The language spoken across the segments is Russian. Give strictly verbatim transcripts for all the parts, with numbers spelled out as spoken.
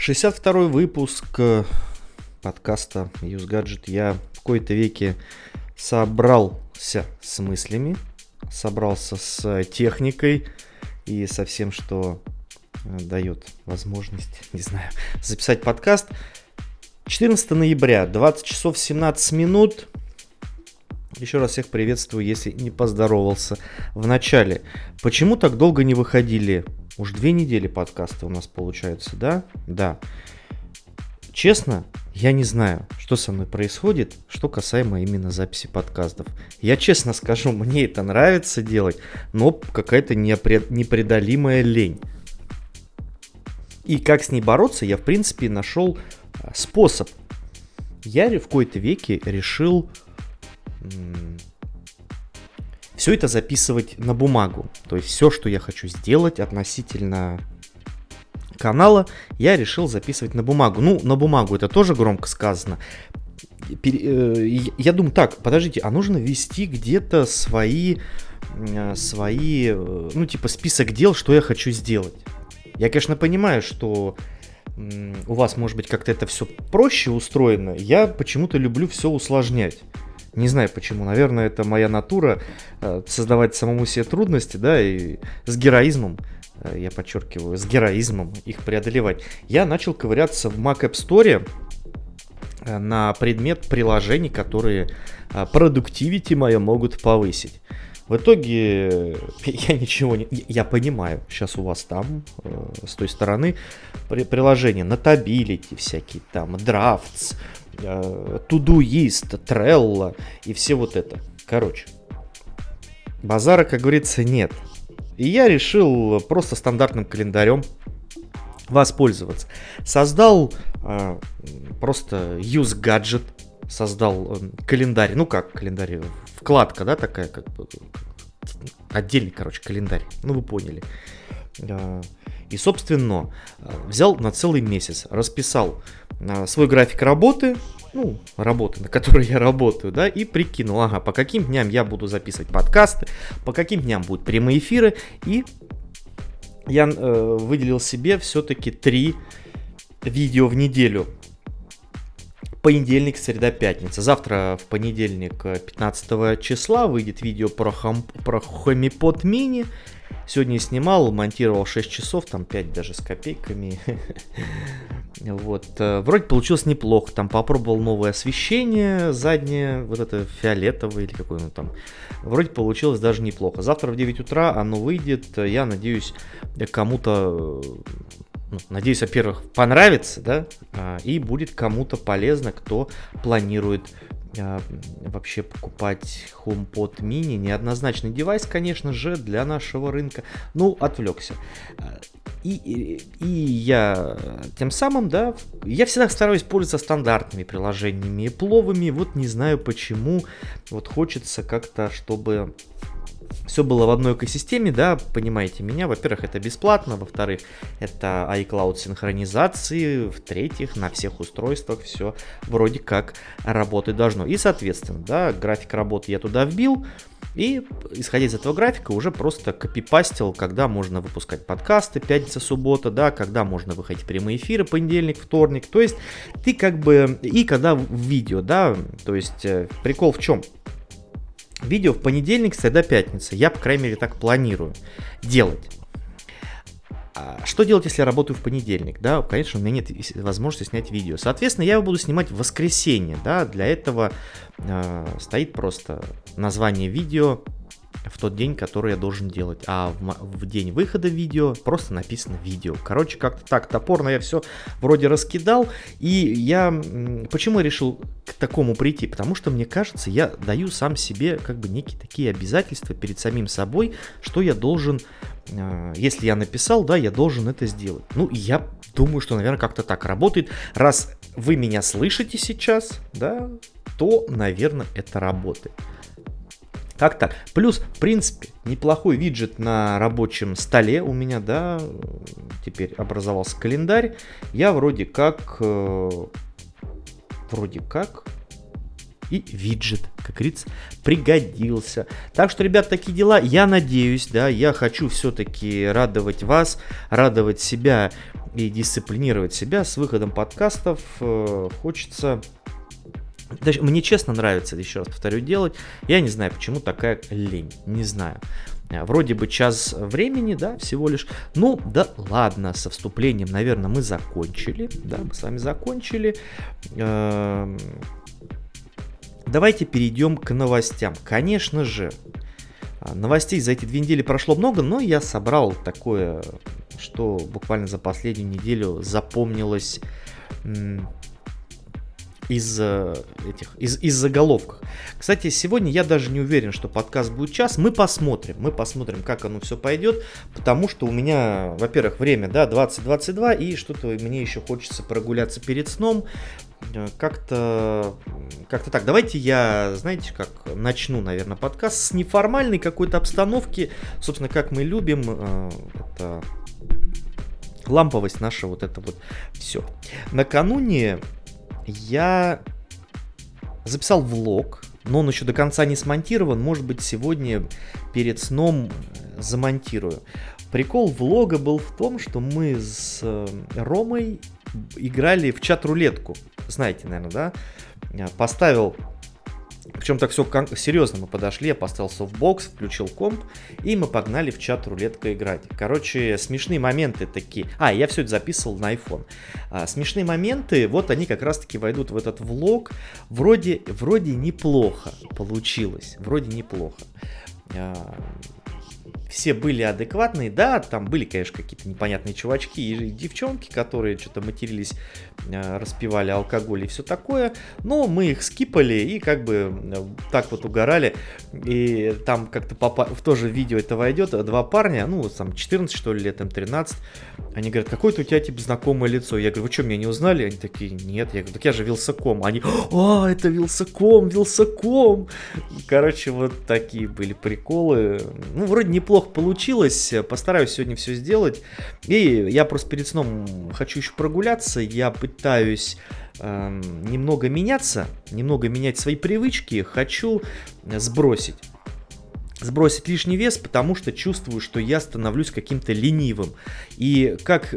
шестьдесят второй выпуск э, подкаста UseGadget. Я в кои-то веки собрался с мыслями, собрался с техникой и со всем, что э, дает возможность, не знаю, записать подкаст. четырнадцатого ноября, двадцать часов семнадцать минут. Еще раз всех приветствую, если не поздоровался в начале. Почему так долго не выходили? Уж две недели подкаста у нас получается, да? Да. Честно, я не знаю, что со мной происходит, что касаемо именно записи подкастов. Я честно скажу, мне это нравится делать, но какая-то непре- непреодолимая лень. И как с ней бороться, я в принципе нашел способ. Я в кои-то веки решил м- все это записывать на бумагу. То есть все, что я хочу сделать относительно канала, я решил записывать на бумагу. Ну, на бумагу это тоже громко сказано. Я думаю, так, подождите, а нужно ввести где-то свои, свои, ну, типа список дел, что я хочу сделать. Я, конечно, понимаю, что у вас, может быть, как-то это все проще устроено. Я почему-то люблю все усложнять. Не знаю почему, наверное, это моя натура создавать самому себе трудности, да, и с героизмом, я подчеркиваю, с героизмом их преодолевать. Я начал ковыряться в Mac App Store на предмет приложений, которые продуктивити мое могут повысить. В итоге я ничего не... Я понимаю, сейчас у вас там, с той стороны, приложения Notability всякие, там, Drafts, Todoist, Trello и все вот это. Короче, базара, как говорится, нет. И я решил просто стандартным календарем воспользоваться. Создал э, просто UseGadget, создал э, календарь. Ну как календарь? Вкладка, да, такая, как бы отдельный, короче, календарь. Ну вы поняли. И, собственно, взял на целый месяц, расписал свой график работы, ну, работы, на которой я работаю, да, и прикинул, ага, по каким дням я буду записывать подкасты, по каким дням будут прямые эфиры, и я э, выделил себе все-таки три видео в неделю. Понедельник, среда, пятница. Завтра в понедельник, пятнадцатого числа, выйдет видео про, хом, про HomePod Mini. Сегодня снимал, монтировал шесть часов, там пять даже с копейками. Вот. Вроде получилось неплохо. Там попробовал новое освещение заднее, вот это фиолетовое или какое оно там. Вроде получилось даже неплохо. Завтра в девять утра оно выйдет. Я надеюсь, кому-то... Ну, надеюсь, во-первых, понравится, да, и будет кому-то полезно, кто планирует а, вообще покупать HomePod Mini. Неоднозначный девайс, конечно же, для нашего рынка. Ну, отвлекся. И, и, и я тем самым, да, я всегда стараюсь пользоваться стандартными приложениями, пловыми. Вот не знаю почему. Вот хочется как-то, чтобы... все было в одной экосистеме, да, понимаете меня. Во-первых, это бесплатно, во-вторых, это iCloud синхронизации, в-третьих, на всех устройствах все вроде как работать должно. И, соответственно, да, график работы я туда вбил, и, исходя из этого графика, уже просто копипастил, когда можно выпускать подкасты, пятница, суббота, да, когда можно выходить в прямые эфиры, понедельник, вторник. То есть ты как бы, и когда в видео, да, то есть прикол в чем? Видео в понедельник, среда, пятница. Я, по крайней мере, так планирую делать. А что делать, если я работаю в понедельник? Да, конечно, у меня нет возможности снять видео. Соответственно, я его буду снимать в воскресенье. Да, для этого э, стоит просто название видео в тот день, который я должен делать. А в, в день выхода видео просто написано видео. Короче, как-то так топорно я все вроде раскидал. И я... Почему я решил к такому прийти? Потому что, мне кажется, я даю сам себе как бы некие такие обязательства перед самим собой, что я должен... Если я написал, да, я должен это сделать. Ну, я думаю, что, наверное, как-то так работает. Раз вы меня слышите сейчас, да, то, наверное, это работает. Как так? Плюс, в принципе, неплохой виджет на рабочем столе у меня, да, теперь образовался календарь. Я вроде как, э, вроде как и виджет, как говорится, пригодился. Так что, ребят, такие дела. Я надеюсь, да, я хочу все-таки радовать вас, радовать себя и дисциплинировать себя с выходом подкастов. Хочется... Мне честно нравится, еще раз повторю, делать. Я не знаю, почему такая лень. Не знаю. Вроде бы час времени, да, всего лишь. Ну, да ладно, со вступлением, наверное, мы закончили. Да, мы с вами закончили. Давайте перейдем к новостям. Конечно же, новостей за эти две недели прошло много, но я собрал такое, что буквально за последнюю неделю запомнилось... Из этих, из, из заголовков. Кстати, сегодня я даже не уверен, что подкаст будет час. Мы посмотрим, мы посмотрим, как оно все пойдет, потому что у меня, во-первых, время, да, двадцать двадцать два, и что-то мне еще хочется прогуляться перед сном. Как-то, как-то так. Давайте я, знаете, как начну, наверное, подкаст с неформальной какой-то обстановки, собственно, как мы любим, это ламповость наша, вот это вот все. Накануне я записал влог, но он еще до конца не смонтирован. Может быть, сегодня перед сном замонтирую. Прикол влога был в том, что мы с Ромой играли в чат-рулетку. Знаете, наверное, да? Поставил... Причем так все серьезно мы подошли, я поставил софтбокс, включил комп, и мы погнали в чат рулетка играть. Короче, смешные моменты такие. А, я все это записывал на iPhone. А, смешные моменты, вот они как раз-таки войдут в этот влог. Вроде, вроде неплохо получилось, вроде неплохо. А, все были адекватные, да, там были, конечно, какие-то непонятные чувачки и девчонки, которые что-то матерились, распивали алкоголь и все такое, но мы их скипали и как бы так вот угорали, и там как-то попа- в то же видео это войдет, два парня, ну, там четырнадцать, что ли, лет, им тринадцать, они говорят, какое-то у тебя, типа, знакомое лицо, я говорю, вы что, меня не узнали? Они такие, нет, я говорю, так я же Вилсаком, они, о, это Вилсаком, Вилсаком, короче, вот такие были приколы, ну, вроде неплохо получилось, постараюсь сегодня все сделать, и я просто перед сном хочу еще прогуляться, я пытаюсь э, немного меняться, немного менять свои привычки, хочу сбросить, сбросить лишний вес, потому что чувствую, что я становлюсь каким-то ленивым, и как...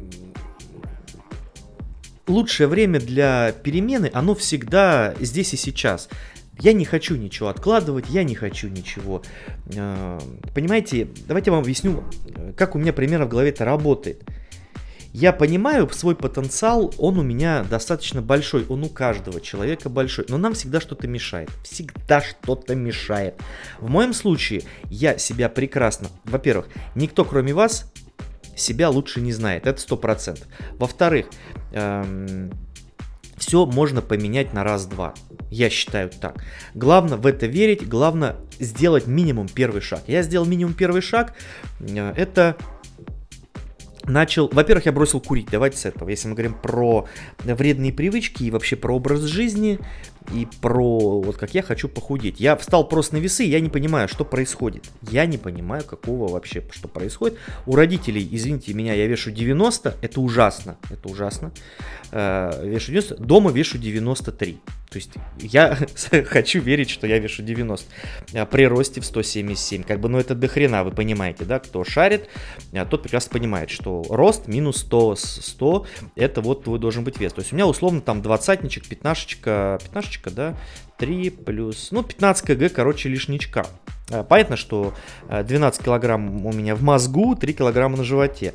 Лучшее время для перемены, оно всегда здесь и сейчас. Я не хочу ничего откладывать, я не хочу ничего. Понимаете, давайте я вам объясню, как у меня примерно в голове это работает. Я понимаю свой потенциал, он у меня достаточно большой, он у каждого человека большой, но нам всегда что-то мешает, всегда что-то мешает. В моем случае я себя прекрасно, во-первых, никто кроме вас себя лучше не знает, это сто процентов. Во-вторых, эм, все можно поменять на раз-два. Я считаю так. Главное в это верить, главное сделать минимум первый шаг. Я сделал минимум первый шаг. Это начал... Во-первых, я бросил курить. Давайте с этого. Если мы говорим про вредные привычки и вообще про образ жизни, и про вот как я хочу похудеть. Я встал просто на весы, я не понимаю, что происходит. Я не понимаю, какого вообще, что происходит. У родителей, извините меня, я вешу девяносто, это ужасно, это ужасно. Э, вешу девяносто, дома вешу девяносто три. То есть я хочу верить, что я вешу девяносто. При росте в сто семьдесят семь. Как бы, ну это дохрена, вы понимаете, да? Кто шарит, тот прекрасно понимает, что рост минус сто, сто, это вот твой должен быть вес. То есть у меня условно там двадцатничек, пятнашечка, пятнашечка, да, три плюс, ну пятнадцать килограмм, короче, лишничка. Понятно, что двенадцать килограмм у меня в мозгу, три килограмма на животе.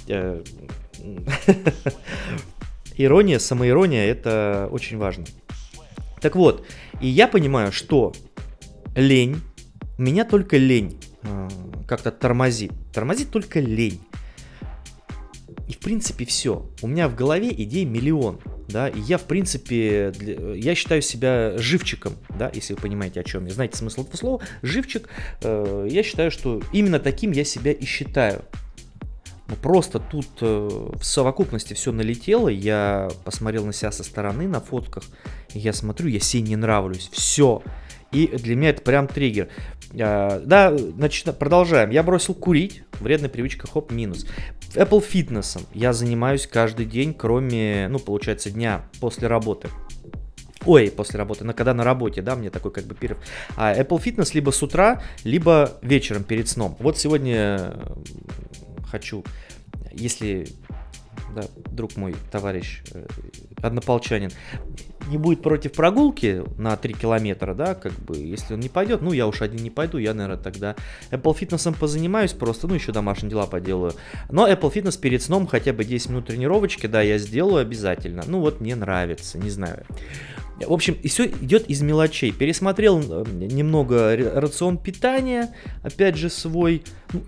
Ирония, самоирония, это очень важно. Так вот, и я понимаю, что лень, меня только лень э, как-то тормозит. Тормозит только лень. И в принципе все. У меня в голове идей миллион. Да, и я в принципе, для, я считаю себя живчиком, да, если вы понимаете, о чем я. Знаете смысл этого слова? Живчик. Э, я считаю, что именно таким я себя и считаю. Просто тут э, в совокупности все налетело, я посмотрел на себя со стороны на фотках, и я смотрю, я себе не нравлюсь, все. И для меня это прям триггер. А, да, значит, продолжаем. Я бросил курить, вредная привычка, хоп, минус. Apple Fitness я занимаюсь каждый день, кроме, ну, получается, дня после работы. Ой, после работы, на, когда на работе, да, мне такой как бы перерыв. А Apple Fitness либо с утра, либо вечером перед сном. Вот сегодня хочу, если, да, друг мой, товарищ, однополчанин, не будет против прогулки на три километра, да, как бы, если он не пойдет, ну, я уж один не пойду, я, наверное, тогда Apple Fitness позанимаюсь просто, ну, еще домашние дела поделаю. Но Apple Fitness перед сном хотя бы десять минут тренировочки, да, я сделаю обязательно. Ну, вот мне нравится, не знаю. В общем, и все идет из мелочей. Пересмотрел немного рацион питания, опять же, свой.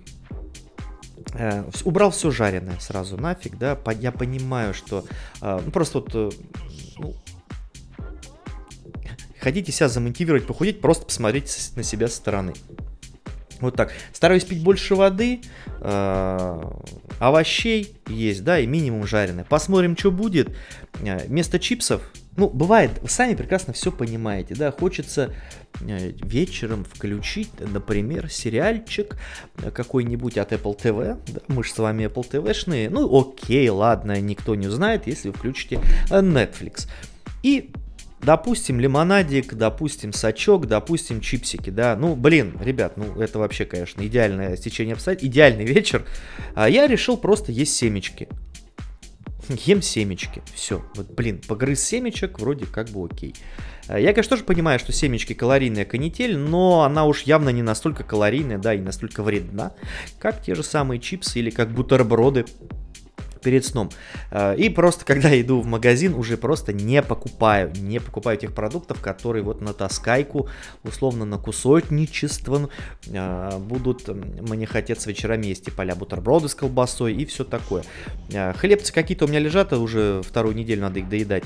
Э, убрал все жареное сразу нафиг, да. Я понимаю, что э, ну, просто вот ну, хотите себя замотивировать, похудеть, просто посмотрите на себя со стороны. Вот так. Стараюсь пить больше воды, э, овощей есть, да, и минимум жареное. Посмотрим, что будет. Вместо чипсов, ну, бывает, вы сами прекрасно все понимаете, да, хочется вечером включить, например, сериальчик какой-нибудь от Apple ти ви, да, мы же с вами Apple ти ви-шные, ну, окей, ладно, никто не узнает, если вы включите Netflix. И допустим, лимонадик, допустим, сачок, допустим, чипсики, да. Ну, блин, ребят, ну, это вообще, конечно, идеальное стечение обстоятельств, идеальный вечер. А я решил просто есть семечки. Ем семечки, все. Вот, блин, погрыз семечек, вроде как бы окей. Я, конечно, тоже понимаю, что семечки калорийная канитель, но она уж явно не настолько калорийная, да, и настолько вредна, как те же самые чипсы или как бутерброды перед сном. И просто, когда иду в магазин, уже просто не покупаю, не покупаю тех продуктов, которые вот на таскайку, условно на кусочничество будут мне хотеться вечерами есть, типа а-ля бутерброды с колбасой и все такое. Хлебцы какие-то у меня лежат, а уже вторую неделю надо их доедать.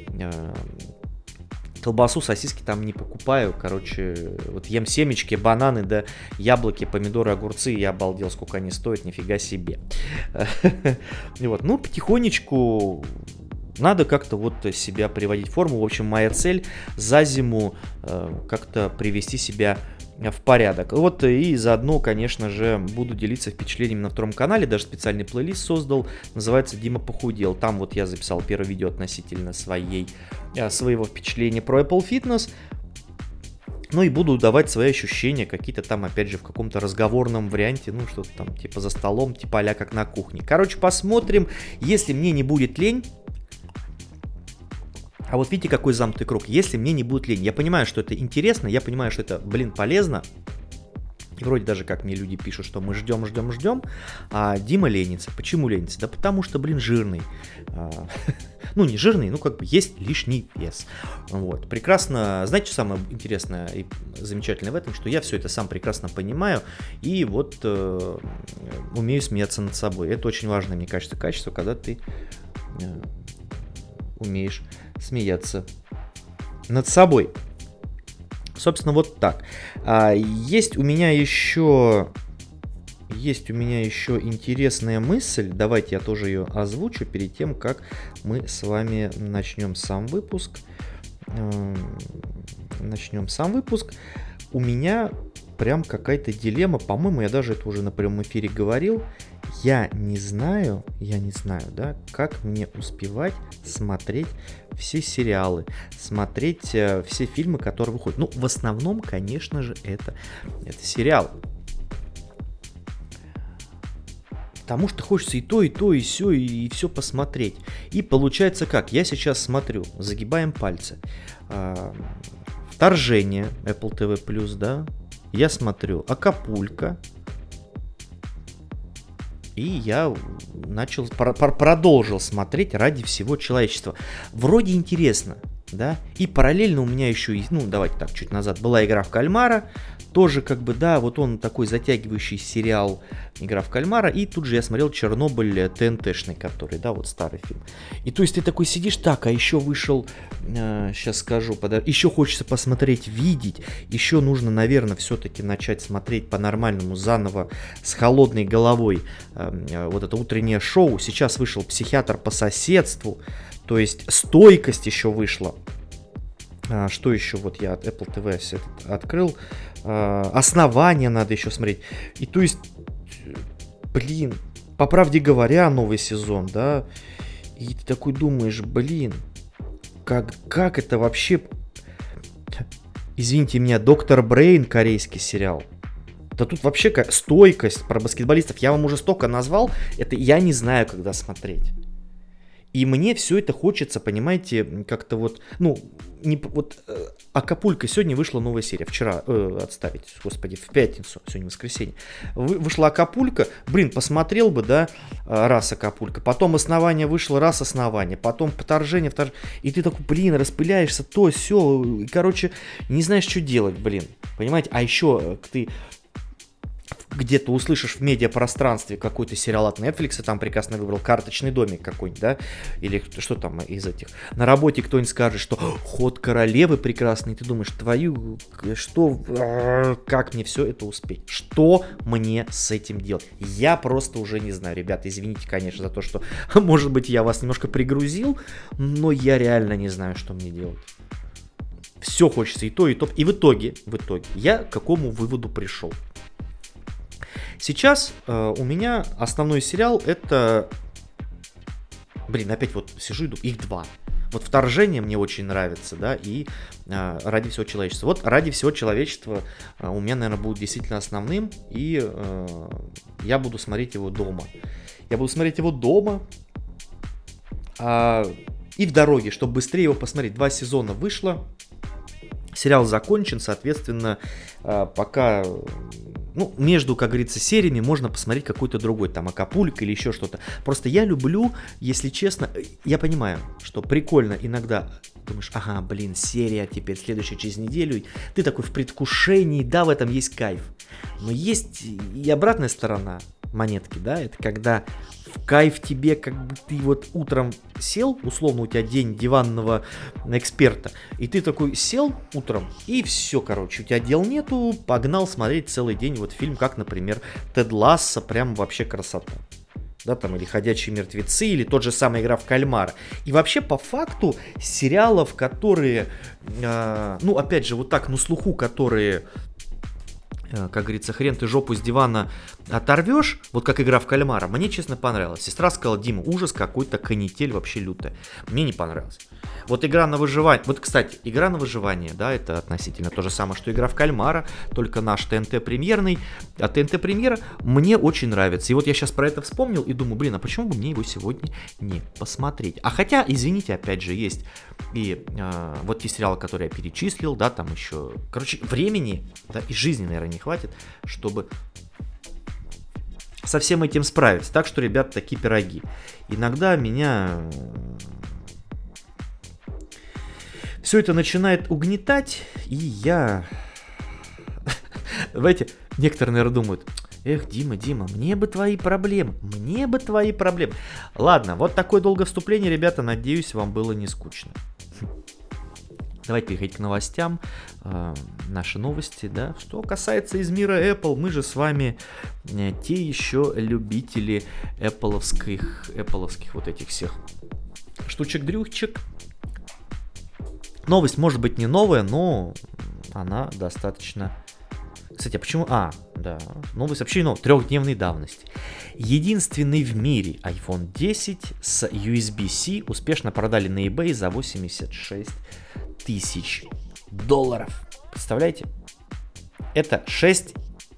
Колбасу, сосиски там не покупаю, короче, вот ем семечки, бананы, да, яблоки, помидоры, огурцы, я обалдел, сколько они стоят, нифига себе. Вот, ну, потихонечку надо как-то вот себя приводить в форму. В общем, моя цель за зиму как-то привести себя в порядок. Вот и заодно, конечно же, буду делиться впечатлениями на втором канале, даже специальный плейлист создал, называется «Дима похудел». Там вот я записал первое видео относительно своей, своего впечатления про Apple Fitness. Ну и буду давать свои ощущения, какие-то там, опять же, в каком-то разговорном варианте, ну что-то там типа за столом, типа а-ля как на кухне. Короче, посмотрим, если мне не будет лень. А вот видите, какой замкнутый круг. Если мне не будет лень, я понимаю, что это интересно, я понимаю, что это, блин, полезно. И вроде даже как мне люди пишут, что мы ждем, ждем, ждем, а Дима ленится. Почему ленится? Да потому что, блин, жирный. Ну, не жирный, ну, как бы есть лишний вес. Вот, прекрасно. Знаете, что самое интересное и замечательное в этом, что я все это сам прекрасно понимаю и вот э, умею смеяться над собой. Это очень важное, мне кажется, качество, когда ты э, умеешь смеяться над собой. Собственно, вот так. А, есть у меня еще... Есть у меня еще интересная мысль. Давайте я тоже ее озвучу перед тем, как мы с вами начнем сам выпуск. Начнем сам выпуск. У меня прям какая-то дилемма. По-моему, я даже это уже на прямом эфире говорил. Я не знаю, я не знаю, да, как мне успевать смотреть все сериалы, смотреть э, все фильмы, которые выходят. Ну, в основном, конечно же, это, это сериал. Потому что хочется и то, и то, и все, и, и все посмотреть. И получается как? Я сейчас смотрю, загибаем пальцы. Э, Вторжение, Apple ти ви плюс, да. Я смотрю Акапулько. И я начал, про- про- продолжил смотреть «Ради всего человечества». Вроде интересно, да. И параллельно у меня еще, ну давайте так, чуть назад, была «Игра в кальмара». Тоже как бы, да, вот он такой затягивающий сериал «Игра в кальмара». И тут же я смотрел «Чернобыль» ТНТ-шный, который, да, вот старый фильм. И то есть ты такой сидишь, так, а еще вышел, э, сейчас скажу, подожди, еще хочется посмотреть, видеть. Еще нужно, наверное, все-таки начать смотреть по-нормальному заново с холодной головой э, вот это утреннее шоу. Сейчас вышел «Психиатр по соседству», то есть «Стойкость» еще вышла. А, что еще? Вот я от Apple ти ви этот открыл. А, «Основание» надо еще смотреть. И то есть, блин, по правде говоря, новый сезон, да. И ты такой думаешь, блин, как, как это вообще... Извините меня, Доктор Брейн, корейский сериал. Да тут вообще как стойкость про баскетболистов. Я вам уже столько назвал, это я не знаю, когда смотреть. И мне все это хочется, понимаете, как-то вот, ну, не, вот э, Акапулько сегодня вышла новая серия, вчера, э, отставить, господи, в пятницу, сегодня воскресенье, Вы, вышла Акапулько, блин, посмотрел бы, да, раз Акапулько, потом Основание вышло, раз Основание, потом Вторжение, вторжение, и ты такой, блин, распыляешься, то, все, короче, не знаешь, что делать, блин, понимаете, а еще ты... где-то услышишь в медиапространстве какой-то сериал от Netflix, там прекрасно выбрал «Карточный домик» какой-нибудь, да, или что там из этих. На работе кто-нибудь скажет, что «Ход королевы» прекрасный, и ты думаешь, твою, что, как мне все это успеть? Что мне с этим делать? Я просто уже не знаю, ребята, извините, конечно, за то, что, может быть, я вас немножко пригрузил, но я реально не знаю, что мне делать. Все хочется и то, и то, и в итоге, в итоге, я к какому выводу пришел? Сейчас э, у меня основной сериал это... Блин, опять вот сижу и думаю, их два. Вот «Вторжение» мне очень нравится, да, и э, «Ради всего человечества». Вот «Ради всего человечества» э, у меня, наверное, будет действительно основным, и э, я буду смотреть его дома. Я буду смотреть его дома э, и в дороге, чтобы быстрее его посмотреть. Два сезона вышло, сериал закончен, соответственно, э, пока... Ну, между, как говорится, сериями можно посмотреть какой-то другой, там, Акапулько или еще что-то. Просто я люблю, если честно, я понимаю, что прикольно иногда думаешь, ага, блин, серия теперь следующая через неделю. Ты такой в предвкушении, да, в этом есть кайф. Но есть и обратная сторона монетки, да, это когда в кайф тебе, как бы ты вот утром сел, условно у тебя день диванного эксперта, и ты такой сел утром, и все, короче, у тебя дел нету, погнал смотреть целый день вот фильм, как, например, Тед Лассо, прям вообще красота. Да, там, или «Ходячие мертвецы», или тот же самый «Игра в кальмара». И вообще, по факту, сериалов, которые, э, ну, опять же, вот так на слуху, которые... как говорится, хрен ты жопу с дивана оторвешь, вот как «Игра в кальмара», мне, честно, понравилось. Сестра сказала, Дима, ужас какой-то, канитель вообще лютая. Мне не понравилось. Вот «Игра на выживание», вот, кстати, «Игра на выживание», да, это относительно то же самое, что «Игра в кальмара», только наш ТНТ премьерный, а ТНТ премьера мне очень нравится. И вот я сейчас про это вспомнил и думаю, блин, а почему бы мне его сегодня не посмотреть? А хотя, извините, опять же, есть и э, вот те сериалы, которые я перечислил, да, там еще, короче, времени, да, и жизни, наверное, не хватит, чтобы со всем этим справиться. Так что, ребят, такие пироги. Иногда меня все это начинает угнетать, и я... Знаете, некоторые, наверное, думают, эх, Дима, Дима, мне бы твои проблемы, мне бы твои проблемы. Ладно, вот такое долгое вступление, ребята, надеюсь, вам было не скучно. Давайте переходить к новостям. Э, наши новости, да. Что касается из мира Apple, мы же с вами э, те еще любители Apple'овских, Apple'овских вот этих всех штучек-дрючек. Новость может быть не новая, но она достаточно... Кстати, а почему... А, да, новость вообще новая, трехдневной давности. Единственный в мире айфон десять с ю эс би-C успешно продали на eBay за восемьдесят шесть тысяч долларов. Представляете? Это шесть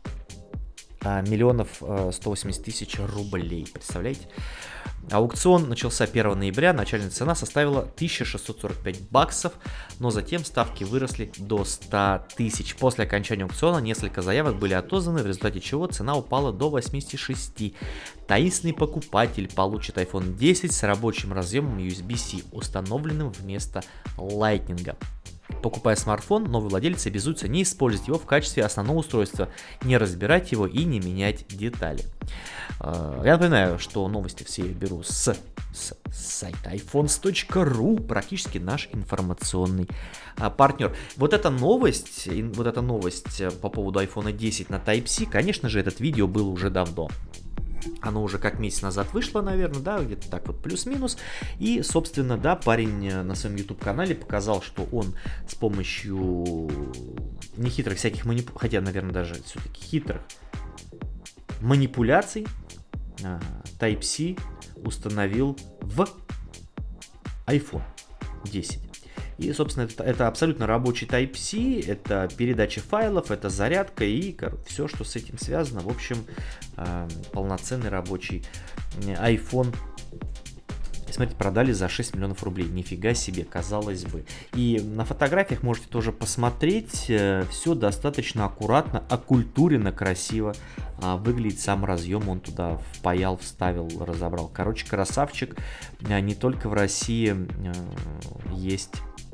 а, миллионов а, сто восемьдесят тысяч рублей. Представляете? Аукцион начался первого ноября, начальная цена составила тысяча шестьсот сорок пять баксов, но затем ставки выросли до ста тысяч. После окончания аукциона несколько заявок были отозваны, в результате чего цена упала до восьмидесяти шести. Таинственный покупатель получит айфон десять с рабочим разъемом ю эс би-C, установленным вместо Lightning. Покупая смартфон, новый владелец обязуется не использовать его в качестве основного устройства, не разбирать его и не менять детали. Я напоминаю, что новости все я беру с, с сайта айфонс точка ру, практически наш информационный партнер. Вот эта новость, вот эта новость по поводу айфон десять на Type-C, конечно же, этот видео был уже давно. Оно уже как месяц назад вышло, наверное, да, где-то так вот плюс-минус. И, собственно, да, парень на своем YouTube-канале показал, что он с помощью нехитрых всяких манипуляций, хотя, наверное, даже все-таки хитрых манипуляций Type-C установил в айфон десять. И, собственно, это, это абсолютно рабочий Type-C, это передача файлов, это зарядка и все, что с этим связано. В общем, э, полноценный рабочий iPhone. Смотрите, продали за шесть миллионов рублей. Нифига себе, казалось бы. И на фотографиях можете тоже посмотреть. Все достаточно аккуратно, окультуренно, красиво. Выглядит сам разъем. Он туда впаял, вставил, разобрал. Короче, красавчик. Не только в России есть...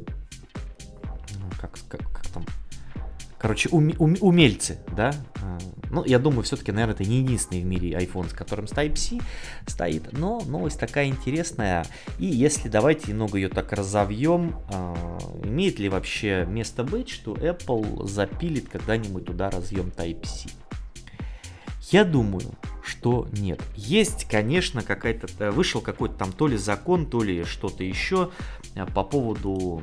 Как, как, как там... Короче, ум, ум, умельцы, да? Ну, я думаю, все-таки, наверное, это не единственный в мире iPhone, с которым Type-C стоит. Но новость такая интересная. И если давайте немного ее так разовьем, э, имеет ли вообще место быть, что Apple запилит когда-нибудь туда разъем Type-C? Я думаю, что нет. Есть, конечно, какая-то... Вышел какой-то там то ли закон, то ли что-то еще по поводу...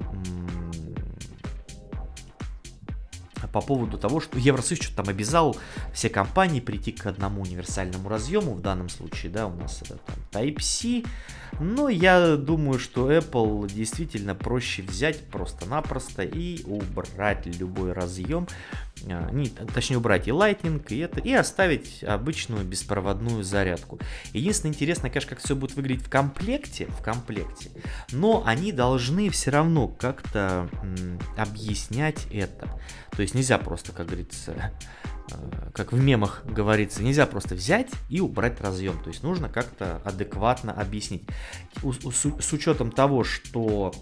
по поводу того, что Евросоюз что-то там обязал все компании прийти к одному универсальному разъему, в данном случае, да, у нас это там Type-C, но я думаю, что Apple действительно проще взять просто-напросто и убрать любой разъем, не, точнее убрать и Lightning, и это, и оставить обычную беспроводную зарядку. Единственное интересное, конечно, как все будет выглядеть в комплекте, в комплекте, но они должны все равно как-то м, объяснять это. То есть нельзя просто, как говорится, как в мемах говорится, нельзя просто взять и убрать разъем. То есть нужно как-то адекватно объяснить. С учетом того, что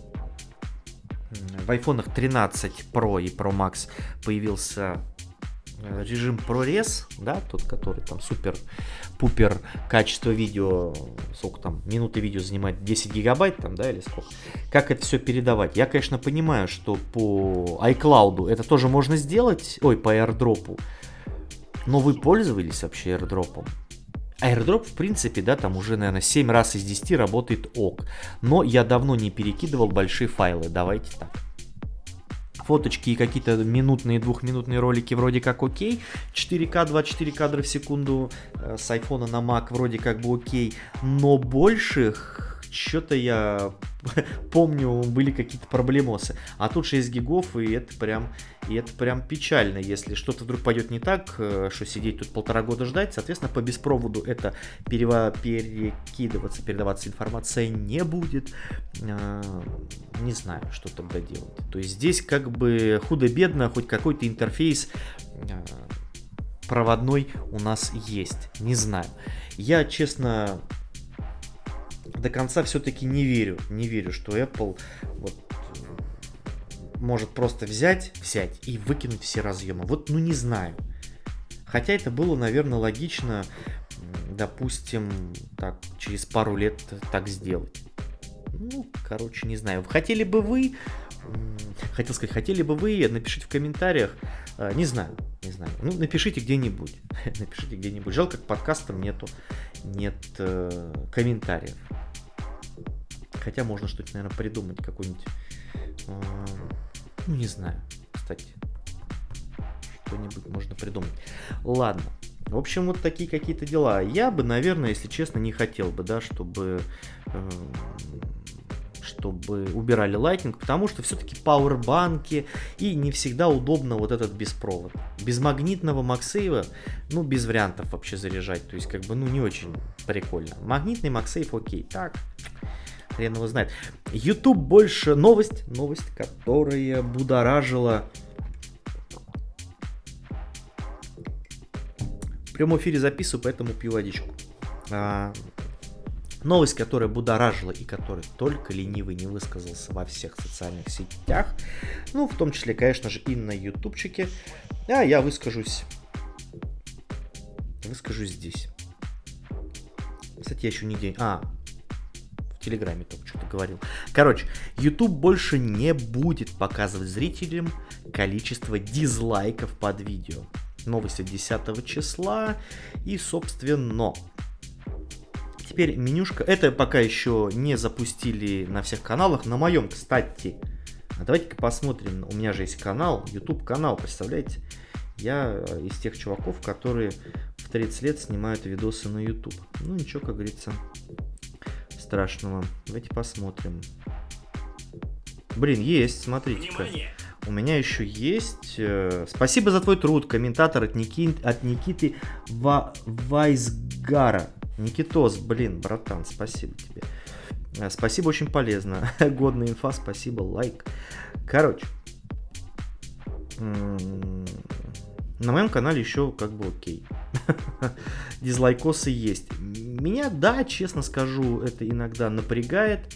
в iPhone тринадцать Pro и Pro Max появился режим ProRes, да, тот, который там супер-пупер качество видео, сколько там, минуты видео занимает десять гигабайт, там, да, или сколько, как это все передавать. Я, конечно, понимаю, что по iCloud это тоже можно сделать, ой, по AirDrop, но вы пользовались вообще AirDrop? AirDrop, в принципе, да, там уже, наверное, семь раз из десяти работает ок, но я давно не перекидывал большие файлы, давайте так. Фоточки и какие-то минутные, двухминутные ролики вроде как окей. четыре ка, двадцать четыре кадра в секунду э, с айфона на Mac вроде как бы окей. Но больших, что-то я помню, были какие-то проблемосы. А тут шесть гигов, и это прям, и это прям печально. Если что-то вдруг пойдет не так, э, что сидеть тут полтора года ждать, соответственно, по беспроводу это перева- перекидываться, передаваться информация не будет. Э, не знаю, что тогда делать. То есть здесь как бы худо-бедно, хоть какой-то интерфейс э, проводной у нас есть. Не знаю. Я, честно, до конца все-таки не верю. Не верю, что Apple вот может просто взять, взять и выкинуть все разъемы. Вот, ну не знаю. Хотя это было, наверное, логично, допустим, так, через пару лет так сделать. Ну, короче, не знаю. Хотели бы вы, хотел сказать, хотели бы вы, напишите в комментариях, не знаю, не знаю. Ну, напишите где-нибудь, напишите где-нибудь. Жалко, как подкастом нету, нет э, комментариев. Хотя можно что-то, наверное, придумать, какой-нибудь, э, ну, не знаю, кстати, что-нибудь можно придумать. Ладно. В общем, вот такие какие-то дела. Я бы, наверное, если честно, не хотел бы, да, чтобы, э, чтобы убирали Lightning, потому что все-таки пауэрбанки, и не всегда удобно вот этот беспровод. Без магнитного MagSafe, ну, без вариантов вообще заряжать, то есть, как бы, ну, не очень прикольно. Магнитный MagSafe, окей, так, хрен его знает. YouTube больше, новость, новость, которая будоражила. В прямом эфире записываю, поэтому пью водичку. А, новость, которая будоражила и которой только ленивый не высказался во всех социальных сетях. Ну, в том числе, конечно же, и на ютубчике. А я выскажусь. Выскажусь здесь. Кстати, я еще не день... А, в Телеграме только что-то говорил. Короче, YouTube больше не будет показывать зрителям количество дизлайков под видео. Новость от десятого числа. И, собственно, теперь менюшка. Это пока еще не запустили на всех каналах. На моем, кстати. А давайте-ка посмотрим. У меня же есть канал, YouTube канал, представляете? Я из тех чуваков, которые в тридцать лет снимают видосы на YouTube. Ну, ничего, как говорится, страшного. Давайте посмотрим. Блин, есть, смотрите-ка. У меня еще есть... Э, спасибо за твой труд, комментатор от, Ники, от Никиты Ва, Вайсгара. Никитос, блин, братан, спасибо тебе. Э, спасибо, очень полезно. Годная инфа, спасибо, лайк. Короче. М- на моем канале еще как бы окей. Дизлайкосы есть. Меня, да, честно скажу, это иногда напрягает.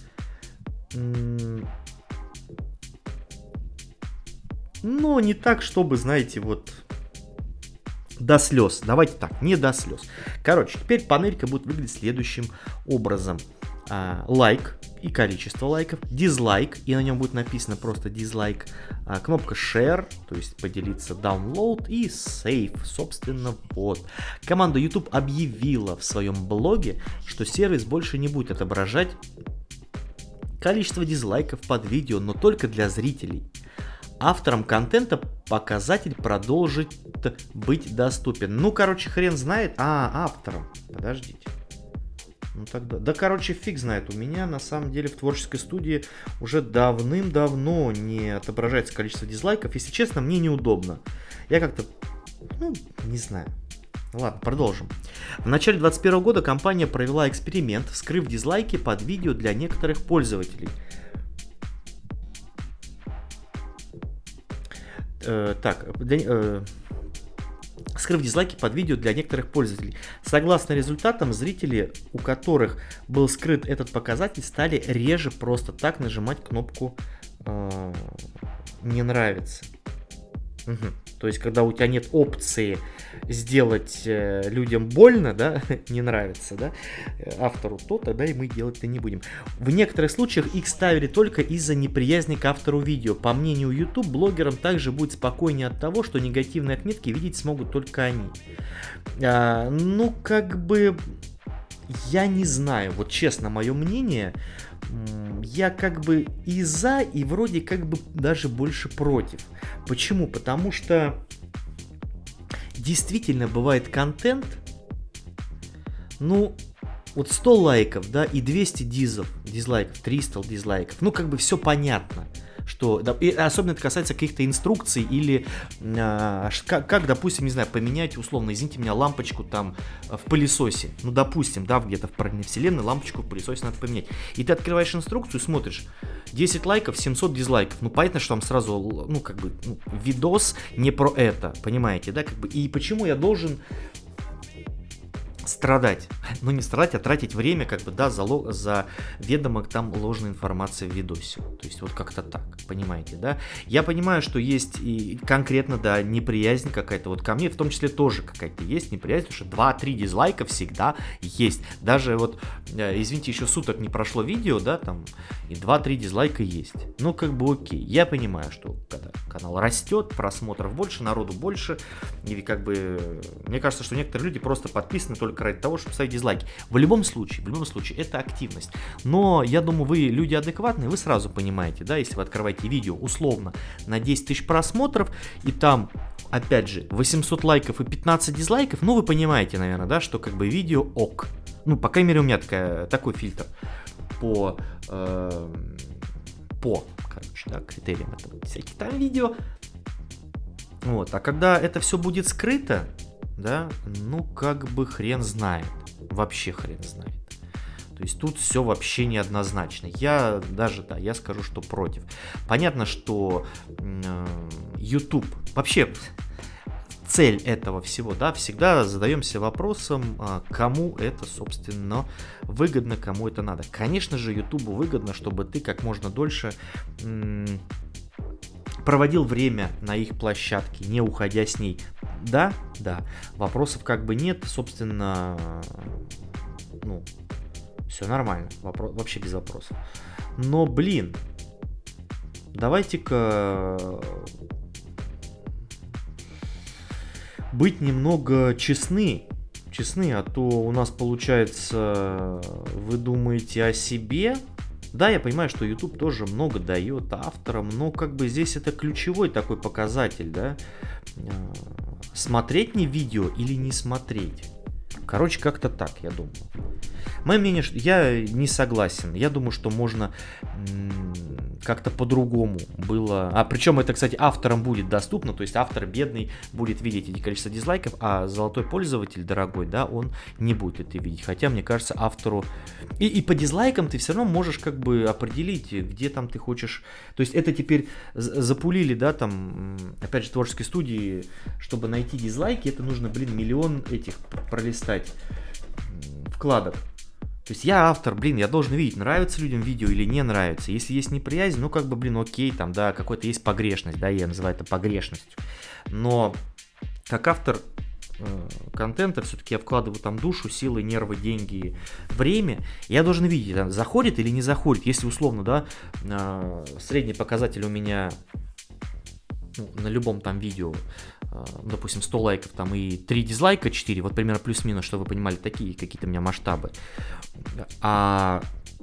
Но не так, чтобы, знаете, вот до слез. Давайте так, не до слез. Короче, теперь панелька будет выглядеть следующим образом. А, лайк и количество лайков, дизлайк, и на нем будет написано просто дизлайк, а, кнопка share, то есть поделиться, download и save, собственно, вот. Команда YouTube объявила в своем блоге, что сервис больше не будет отображать количество дизлайков под видео, но только для зрителей. Авторам контента показатель продолжит быть доступен. Ну, короче, хрен знает. А, авторам. Подождите. Ну тогда. Да, короче, фиг знает. У меня на самом деле в творческой студии уже давным-давно не отображается количество дизлайков. Если честно, мне неудобно. Я как-то, ну, не знаю. Ладно, продолжим. В начале двадцать первого года компания провела эксперимент, вскрыв дизлайки под видео для некоторых пользователей. Э, так, для, э, скрыв дизлайки под видео для некоторых пользователей. Согласно результатам, зрители, у которых был скрыт этот показатель, стали реже просто так нажимать кнопку э, «Не нравится». Угу. То есть, когда у тебя нет опции сделать э, людям больно, да, не нравится, да, автору, то тогда и мы делать-то не будем. В некоторых случаях их ставили только из-за неприязни к автору видео. По мнению YouTube, блогерам также будет спокойнее от того, что негативные отметки видеть смогут только они. А, ну, как бы, я не знаю, вот честно, мое мнение, я как бы и за, и вроде как бы даже больше против. Почему? Потому что действительно бывает контент, ну, вот сто лайков, да, и двести дизов, дизлайков, триста дизлайков, ну, как бы все понятно. Что, да, и особенно это касается каких-то инструкций или э, как, как, допустим, не знаю, поменять, условно, извините меня, лампочку там в пылесосе. Ну, допустим, да, где-то в параллельной вселенной лампочку в пылесосе надо поменять. И ты открываешь инструкцию, смотришь, десять лайков, семьсот дизлайков. Ну, понятно, что там сразу, ну, как бы, ну, видос не про это, понимаете, да, как бы. И почему я должен страдать, ну не страдать, а тратить время, как бы, да, за, ло, за ведомо там ложной информации в видосе, то есть вот как-то так, понимаете, да, я понимаю, что есть и конкретно, да, неприязнь какая-то, вот ко мне в том числе тоже какая-то есть неприязнь, потому что два-три дизлайка всегда есть, даже вот, извините, еще суток не прошло видео, да, там, и два-три дизлайка есть, ну как бы окей, я понимаю, что когда канал растет, просмотров больше, народу больше, и как бы, мне кажется, что некоторые люди просто подписаны только ради того, чтобы ставить дизлайки. В любом случае, в любом случае, это активность. Но я думаю, вы люди адекватные, вы сразу понимаете, да, если вы открываете видео условно на десять тысяч просмотров, и там, опять же, восемьсот лайков и пятнадцать дизлайков, ну, вы понимаете, наверное, да, что как бы видео ок. Ну, по крайней мере, у меня такая, такой фильтр по, э, по, короче, да, критериям. Это всякие там видео. Вот, а когда это все будет скрыто, да, ну как бы хрен знает, вообще хрен знает. То есть тут все вообще неоднозначно. Я даже, да, я скажу, что против. Понятно, что э, YouTube, вообще цель этого всего, да, всегда задаемся вопросом, кому это, собственно, выгодно, кому это надо. Конечно же, YouTube выгодно, чтобы ты как можно дольше м- проводил время на их площадке, не уходя с ней. Да, да, вопросов как бы нет, собственно, ну, все нормально, вопро- вообще без вопросов. Но, блин, давайте-ка быть немного честны, честны, а то у нас получается, вы думаете о себе. Да, я понимаю, что YouTube тоже много дает авторам, но как бы здесь это ключевой такой показатель, да, смотреть мне видео или не смотреть. Короче, как-то так, я думаю. Мое мнение, что я не согласен. Я думаю, что можно м- как-то по-другому было. А причем это, кстати, авторам будет доступно, то есть автор бедный будет видеть эти количество дизлайков, а золотой пользователь, дорогой, да, он не будет это видеть. Хотя, мне кажется, автору... И, и по дизлайкам ты все равно можешь как бы определить, где там ты хочешь... То есть это теперь запулили, да, там, опять же, творческой студии, чтобы найти дизлайки, это нужно, блин, миллион этих пролистать вкладок. То есть я автор, блин, я должен видеть, нравится людям видео или не нравится. Если есть неприязнь, ну как бы, блин, окей, там, да, какой-то есть погрешность, да, я называю это погрешностью. Но как автор э, контента все-таки я вкладываю там душу, силы, нервы, деньги, время. Я должен видеть, там, заходит или не заходит. Если условно, да, э, средний показатель у меня... Ну, на любом там видео, э, допустим, сто лайков там и три дизлайка, четыре, вот примерно плюс-минус, чтобы вы понимали, такие какие-то у меня масштабы. А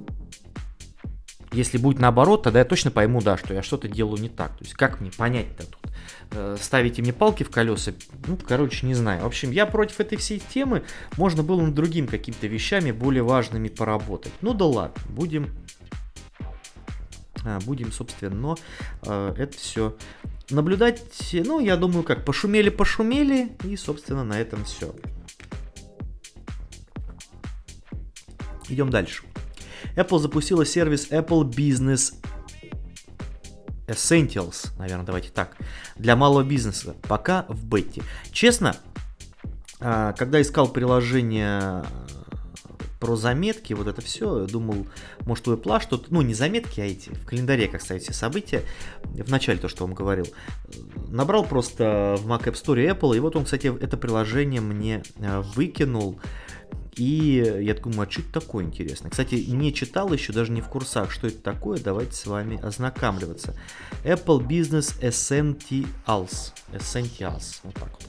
если будет наоборот, тогда я точно пойму, да, что я что-то делаю не так. То есть как мне понять-то тут? Э, ставите мне палки в колеса? Ну, короче, не знаю. В общем, я против этой всей темы. Можно было над другими какими-то вещами более важными поработать. Ну да ладно, будем... А, будем, собственно, но э, это все наблюдать, ну, я думаю, как, пошумели-пошумели, и, собственно, на этом все. Идем дальше. Apple запустила сервис Apple Business Essentials, наверное, давайте так, для малого бизнеса, пока в бете. Честно, э, когда искал приложение... про заметки, вот это все, думал, может у Apple что-то, ну не заметки, а эти, в календаре, как ставить все события, в начале то, что вам говорил, набрал просто в Mac App Store Apple, и вот он, кстати, это приложение мне выкинул, и я думаю, а что это такое интересно? Кстати, не читал еще, даже не в курсах, что это такое, давайте с вами ознакомливаться. Apple Business Essentials, Essentials, вот так вот.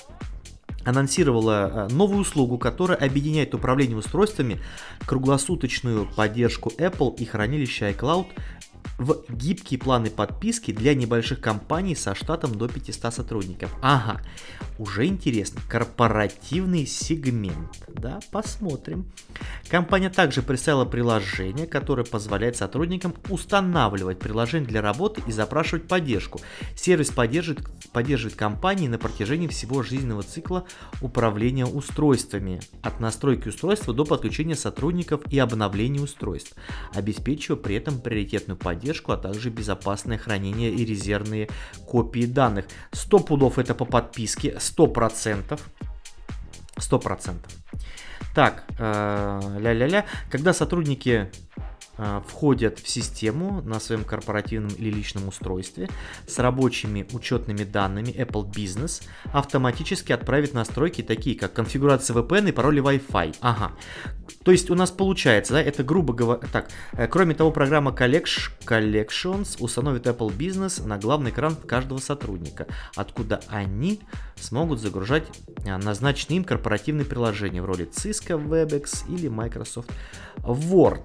Анонсировала новую услугу, которая объединяет управление устройствами, круглосуточную поддержку Apple и хранилище iCloud в гибкие планы подписки для небольших компаний со штатом до пятисот сотрудников. Ага, уже интересно. Корпоративный сегмент. Да, посмотрим. Компания также представила приложение, которое позволяет сотрудникам устанавливать приложение для работы и запрашивать поддержку. Сервис поддерживает, поддерживает компании на протяжении всего жизненного цикла управления устройствами, от настройки устройства до подключения сотрудников и обновления устройств, обеспечивая при этом приоритетную поддержку, а также безопасное хранение и резервные копии данных. сто пудов это по подписке, сто процентов. сто процентов. Так, э, ля-ля-ля. Когда сотрудники э, входят в систему на своем корпоративном или личном устройстве с рабочими учетными данными, Apple Business автоматически отправит настройки, такие как конфигурация ви пи эн и пароли Wi-Fi. Ага. То есть у нас получается, да, это грубо говоря, так, э, кроме того, программа Collect- Collections установит Apple Business на главный экран каждого сотрудника, откуда они смогут загружать э, назначенные им корпоративные приложения в роли Cisco, Webex или Microsoft Word.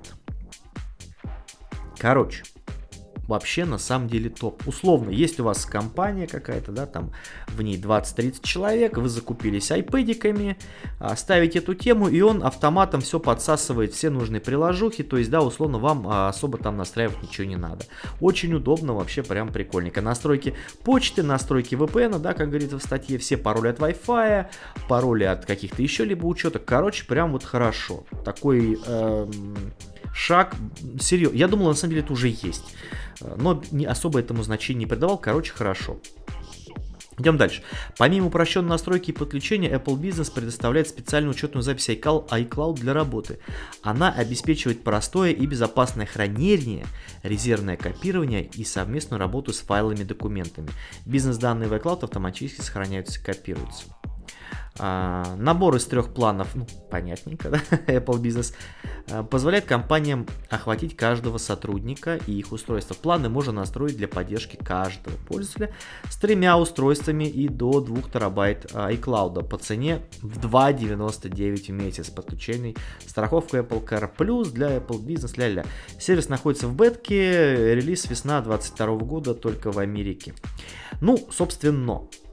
Короче, вообще на самом деле топ. Условно, есть у вас компания какая-то, да, там в ней двадцать-тридцать человек, вы закупились айпэдиками, ставите эту тему, и он автоматом все подсасывает, все нужные приложухи, то есть, да, условно, вам особо там настраивать ничего не надо. Очень удобно, вообще прям прикольненько. Настройки почты, настройки ви пи эн, да, как говорится в статье, все пароли от Wi-Fi, пароли от каких-то еще либо учеток. Короче, прям вот хорошо. Такой эм, шаг, серьезно. Я думал, на самом деле это уже есть. Но не особо этому значения не придавал. Короче, хорошо. Идем дальше. Помимо упрощенной настройки и подключения, Apple Business предоставляет специальную учетную запись iCloud для работы. Она обеспечивает простое и безопасное хранение, резервное копирование и совместную работу с файлами и документами. Бизнес-данные в iCloud автоматически сохраняются и копируются. А, набор из трех планов, ну, понятненько, да, Apple Business, а, позволяет компаниям охватить каждого сотрудника и их устройства. Планы можно настроить для поддержки каждого пользователя с тремя устройствами и до двух терабайт iCloud по цене в два девяносто девять в месяц с подключением страховкой Apple Care Plus для Apple Business. Ля-ля. Сервис находится в бетке, релиз весна двадцать второго года только в Америке. Ну, собственно,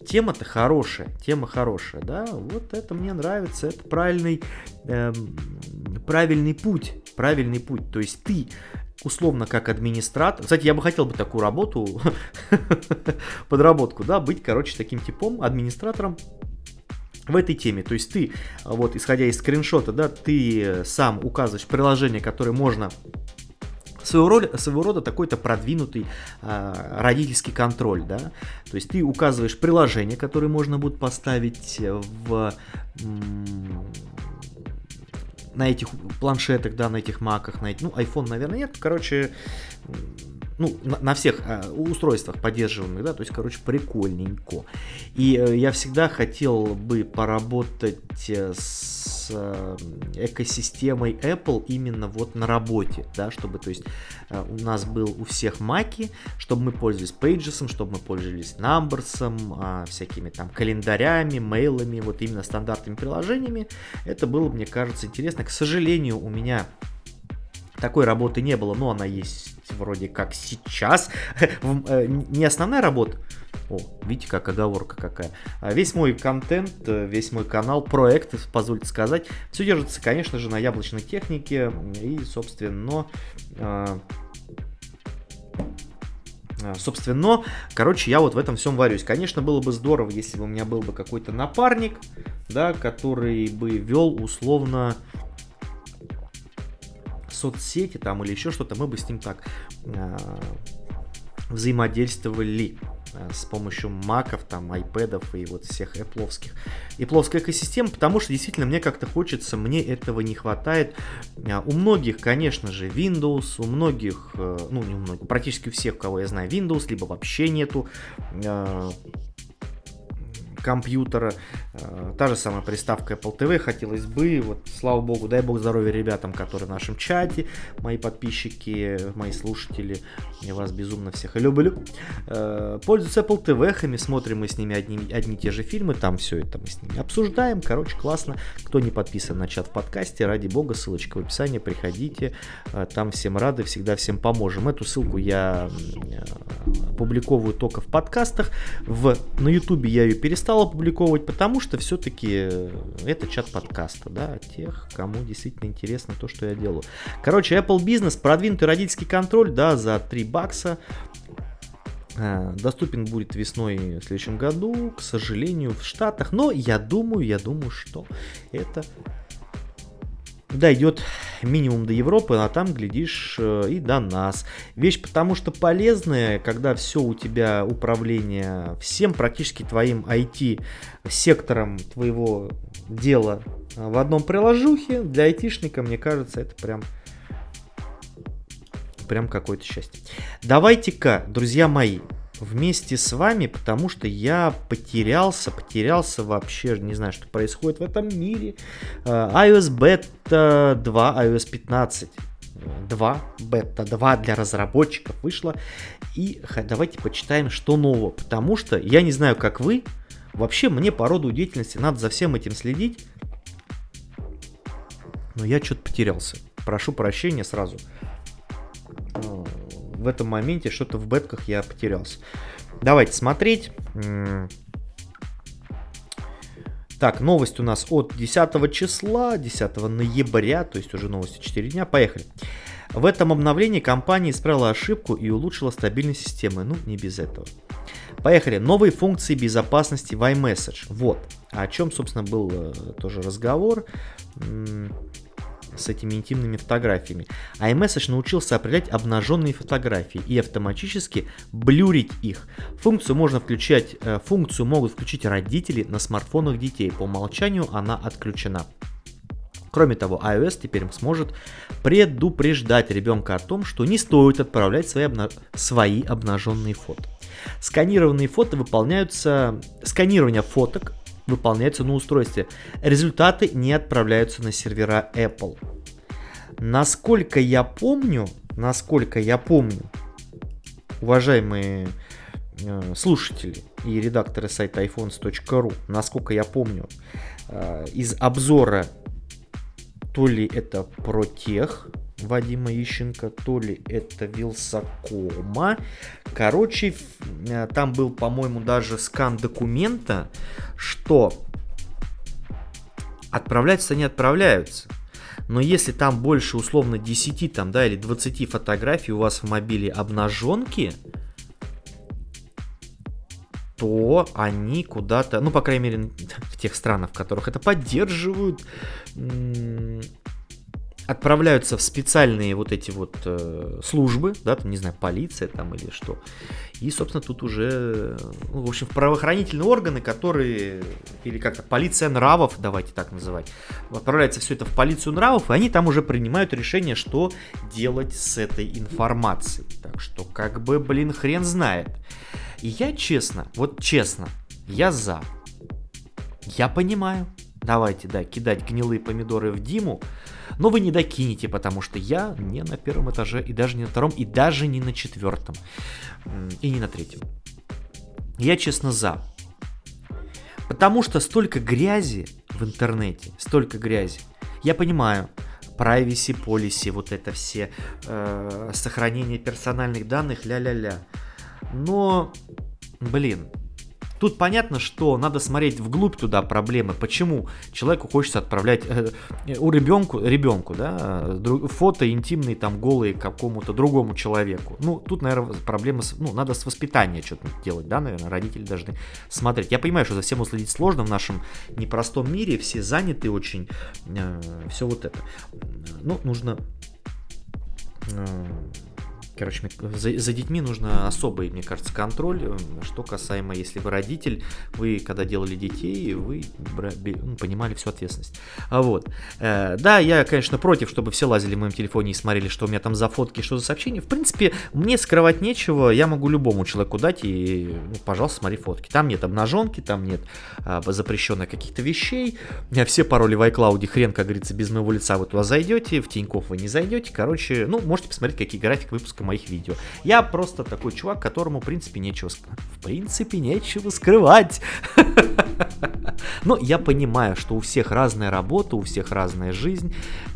тема-то хорошая, тема хорошая, да, вот это мне нравится, это правильный, эм, правильный путь, правильный путь, то есть ты условно как администратор, кстати, я бы хотел бы такую работу, подработку, да, быть, короче, таким типом, администратором в этой теме, то есть ты, вот, исходя из скриншота, да, ты сам указываешь приложение, которое можно... Своего рода, своего рода такой-то продвинутый а, родительский контроль, да, то есть ты указываешь приложения, которые можно будет поставить в, м- на этих планшетах, да, на этих маках, на этих, ну, iPhone, наверное, нет, короче, ну, на, на всех а, устройствах поддерживаемых, да, то есть, короче, прикольненько. И э, я всегда хотел бы поработать с э, экосистемой Apple именно вот на работе, да, чтобы, то есть, э, у нас был у всех маки, чтобы мы пользовались Pages, чтобы мы пользовались Numbers, э, всякими там календарями, мейлами, вот именно стандартными приложениями. Это было, мне кажется, интересно. К сожалению, у меня такой работы не было, но она есть вроде как сейчас. Не основная работа. О, видите, как оговорка какая. Весь мой контент, весь мой канал, проект, позвольте сказать, все держится, конечно же, на яблочной технике. И, собственно, собственно, короче, я вот в этом всем варюсь. Конечно, было бы здорово, если бы у меня был бы какой-то напарник, да, который бы вел условно соцсети там или еще что-то, мы бы с ним так э, взаимодействовали э, с помощью маков, там, айпэдов и вот всех эпловских, эпловской экосистемы, потому что действительно мне как-то хочется, мне этого не хватает. Э, у многих, конечно же, Windows, у многих, э, ну не у многих, практически у всех, у кого я знаю, Windows, либо вообще нету э, компьютера, та же самая приставка Apple ти ви хотелось бы, вот, слава богу, дай бог здоровья ребятам, которые в нашем чате, мои подписчики, мои слушатели, я вас безумно всех люблю, пользуются Apple ти ви-хами, смотрим мы с ними одни, одни и те же фильмы, там все это мы с ними обсуждаем, короче, классно, кто не подписан на чат в подкасте, ради бога, ссылочка в описании, приходите, там всем рады, всегда всем поможем, эту ссылку я публиковываю только в подкастах, в, на ютубе я ее перестал опубликовывать, потому что все-таки это чат подкаста, да, тех, кому действительно интересно то, что я делаю. Короче, Apple Business, продвинутый родительский контроль, да, за три бакса. Доступен будет весной в следующем году, к сожалению, в Штатах, но я думаю, я думаю, что это дойдет минимум до Европы, а там, глядишь, и до нас. Вещь потому что полезная, когда все у тебя управление всем практически твоим ай ти-сектором твоего дела в одном приложухе, для айтишника, мне кажется, это прям, прям какое-то счастье. Давайте-ка, друзья мои, вместе с вами, потому что я потерялся, потерялся вообще, не знаю, что происходит в этом мире. iOS Beta два, iOS пятнадцать два, Beta два для разработчиков вышла. И давайте почитаем, что нового, потому что я не знаю, как вы, вообще мне по роду деятельности надо за всем этим следить, но я что-то потерялся. Прошу прощения сразу. В этом моменте что-то в бетках я потерялся. Давайте смотреть. Так, новость у нас от десятого числа, десятого ноября, то есть уже новости четыре дня. Поехали. В этом обновлении компания исправила ошибку и улучшила стабильность системы. Ну, не без этого. Поехали. Новые функции безопасности в iMessage. Вот. О чем, собственно, был тоже разговор с этими интимными фотографиями. iMessage научился определять обнаженные фотографии и автоматически блюрить их. Функцию можно включать, э, функцию могут включить родители на смартфонах детей. По умолчанию она отключена. Кроме того, iOS теперь сможет предупреждать ребенка о том, что не стоит отправлять свои, обна... свои обнаженные фото. Сканированные фото выполняются... Сканирование фоток выполняется на устройстве. Результаты не отправляются на сервера Apple. Насколько я помню, насколько я помню, уважаемые э, слушатели и редакторы сайта айфонс точка ру, насколько я помню, э, из обзора, то ли это про тех, Вадима Ищенко, то ли это Вилсакома. Короче, там был, по-моему, даже скан документа, что отправляются они отправляются. Но если там больше условно десять там, да, или двадцать фотографий у вас в мобиле обнаженки, то они куда-то, ну, по крайней мере, в тех странах, в которых это поддерживают, отправляются в специальные вот эти вот э, службы, да, там, не знаю, полиция там или что. И, собственно, тут уже, ну, в общем, в правоохранительные органы, которые, или как-то полиция нравов, давайте так называть, отправляется все это в полицию нравов, и они там уже принимают решение, что делать с этой информацией. Так что, как бы, блин, хрен знает. И я честно, вот честно, я за. Я понимаю. Давайте, да, кидать гнилые помидоры в Диму, но вы не докинете, потому что я не на первом этаже, и даже не на втором, и даже не на четвертом, и не на третьем. Я честно за. Потому что столько грязи в интернете, столько грязи. Я понимаю, privacy policy, вот это все, э, сохранение персональных данных, ля-ля-ля. Но, блин, тут понятно, что надо смотреть вглубь туда проблемы. Почему человеку хочется отправлять э, у ребенку, ребенку, да, фото интимные, там, голые какому-то другому человеку. Ну, тут, наверное, проблема, с, ну, надо с воспитанием что-то делать, да, наверное, родители должны смотреть. Я понимаю, что за всем уследить сложно в нашем непростом мире, все заняты очень, э, все вот это. Ну, нужно... Э, Короче, за, за детьми нужно особый, мне кажется, контроль, что касаемо, если вы родитель, вы, когда делали детей, вы ну, понимали всю ответственность. А вот. Э, да, я, конечно, против, чтобы все лазили в моем телефоне и смотрели, что у меня там за фотки, что за сообщения. В принципе, мне скрывать нечего, я могу любому человеку дать и, ну, пожалуйста, смотри фотки. Там нет обнаженки, там нет а, запрещенных каких-то вещей. Все пароли в iCloud, хрен, как говорится, без моего лица вы туда зайдете, в Тинькофф вы не зайдете. Короче, ну, можете посмотреть, какие графики выпуска моих видео. Я просто такой чувак, которому, в принципе, нечего, в принципе, нечего скрывать. Но я понимаю, что у всех разная работа, у всех разная жизнь.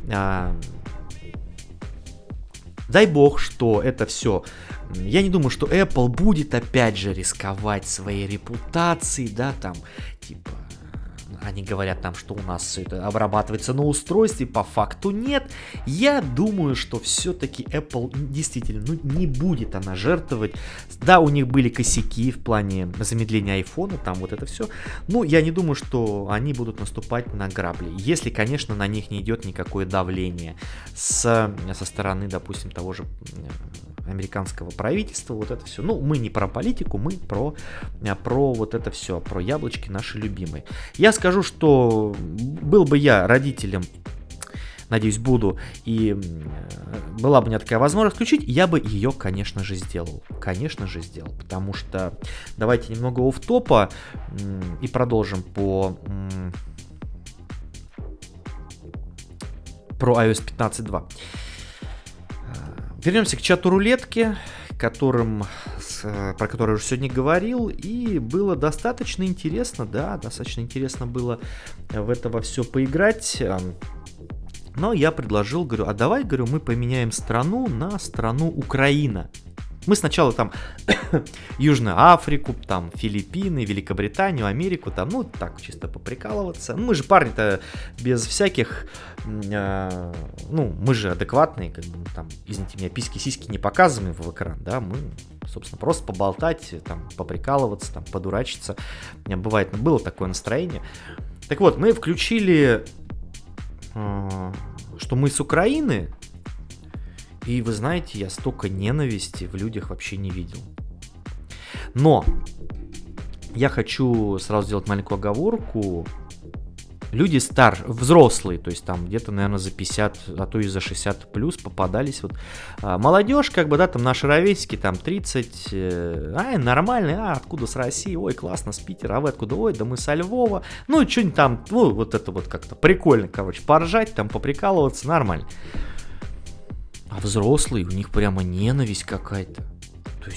Дай бог, что это все. Я не думаю, что Apple будет опять же рисковать своей репутацией, да, там, типа... Они говорят нам, что у нас все это обрабатывается на устройстве, по факту нет. Я думаю, что все-таки Apple действительно, ну, не будет она жертвовать. Да, у них были косяки в плане замедления айфона, там вот это все. Но я не думаю, что они будут наступать на грабли. Если, конечно, на них не идет никакое давление с, со стороны, допустим, того же американского правительства, вот это все. Ну, мы не про политику, мы про, про вот это все, про яблочки наши любимые. Я скажу, что был бы я родителем, надеюсь, буду, и была бы у меня такая возможность включить, я бы ее, конечно же, сделал. Конечно же, сделал, потому что давайте немного офф-топа и продолжим по... про ай о эс пятнадцать точка два. Вернемся к чату рулетки, которым, про который я уже сегодня говорил, и было достаточно интересно, да, достаточно интересно было в это во все поиграть, но я предложил, говорю, а давай, говорю, мы поменяем страну на страну Украина. Мы сначала там Южную Африку, там Филиппины, Великобританию, Америку, там, ну, так, чисто поприкалываться. Ну, мы же парни-то без всяких, э, ну, мы же адекватные, как бы, там, извините меня, письки-сиськи не показываем в экран, да, мы, собственно, просто поболтать, там, поприкалываться, там, подурачиться. У меня бывает, ну, было такое настроение. Так вот, мы включили, э, что мы с Украины. И вы знаете, я столько ненависти в людях вообще не видел. Но я хочу сразу сделать маленькую оговорку. Люди старше, взрослые, то есть там где-то, наверное, за пятьдесят, а то и за шестьдесят плюс попадались. Вот. А, молодежь, как бы, да, там наши ровесники, там тридцать, э, ай, нормальный, а, откуда с России, ой, классно, с Питера, а вы откуда, ой, да мы со Львова. Ну, и что-нибудь там, ну, вот это вот как-то прикольно, короче, поржать, там, поприкалываться, нормально. А взрослые, у них прямо ненависть какая-то. То есть,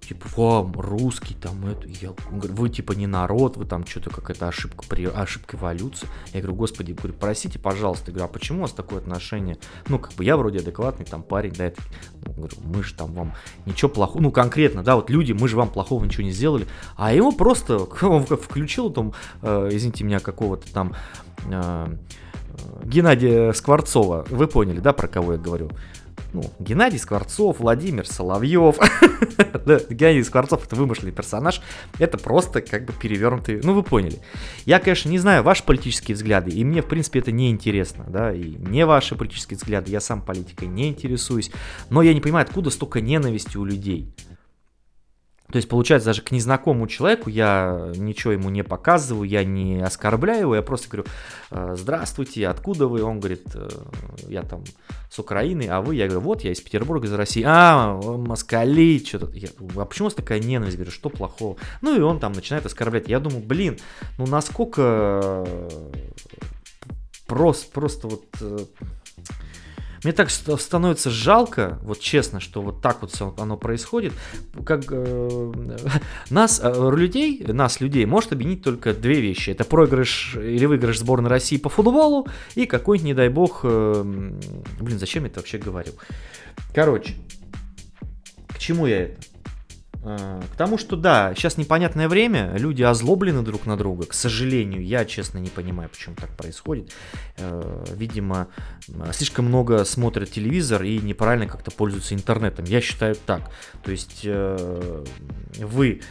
типа, вам, русский, там, это, я говорю, вы, типа, не народ, вы там что-то какая-то ошибка, при, ошибка эволюции. Я говорю, господи, говорю, простите, пожалуйста. Я говорю, а почему у вас такое отношение? Ну, как бы, я вроде адекватный, там, парень, да, это, ну, говорю, мы же там вам ничего плохого, ну, конкретно, да, вот люди, мы же вам плохого ничего не сделали, а ему просто, он включил там, э, извините меня, какого-то там, э, Геннадия Скворцова, вы поняли, да, про кого я говорю? Ну, Геннадий Скворцов, Владимир Соловьев. Да, Геннадий Скворцов — это вымышленный персонаж. Это просто как бы перевернутый. Ну, вы поняли. Я, конечно, не знаю ваши политические взгляды, и мне, в принципе, это не интересно, да, и не ваши политические взгляды. Я сам политикой не интересуюсь. Но я не понимаю, откуда столько ненависти у людей. То есть, получается, даже к незнакомому человеку я ничего ему не показываю, я не оскорбляю его, я просто говорю: здравствуйте, откуда вы? Он говорит: я там с Украины, а вы? Я говорю: вот, я из Петербурга, из России. А, москали, что-то. Я, а почему у вас такая ненависть? Говорю, что плохого? Ну и он там начинает оскорблять. Я думаю, блин, ну насколько просто, просто вот... Мне так становится жалко, вот честно, что вот так вот все оно происходит. Как э, нас, э, людей, нас, людей, может объединить только две вещи. Это проигрыш или выигрыш сборной России по футболу и какой-нибудь, не дай бог, э, блин, зачем я это вообще говорю? Короче, к чему я это? К тому, что да, сейчас непонятное время, люди озлоблены друг на друга. К сожалению, я честно не понимаю, почему так происходит. Видимо, слишком много смотрят телевизор и неправильно как-то пользуются интернетом. Я считаю так. То есть вы,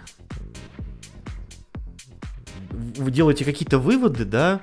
вы делаете какие-то выводы, да,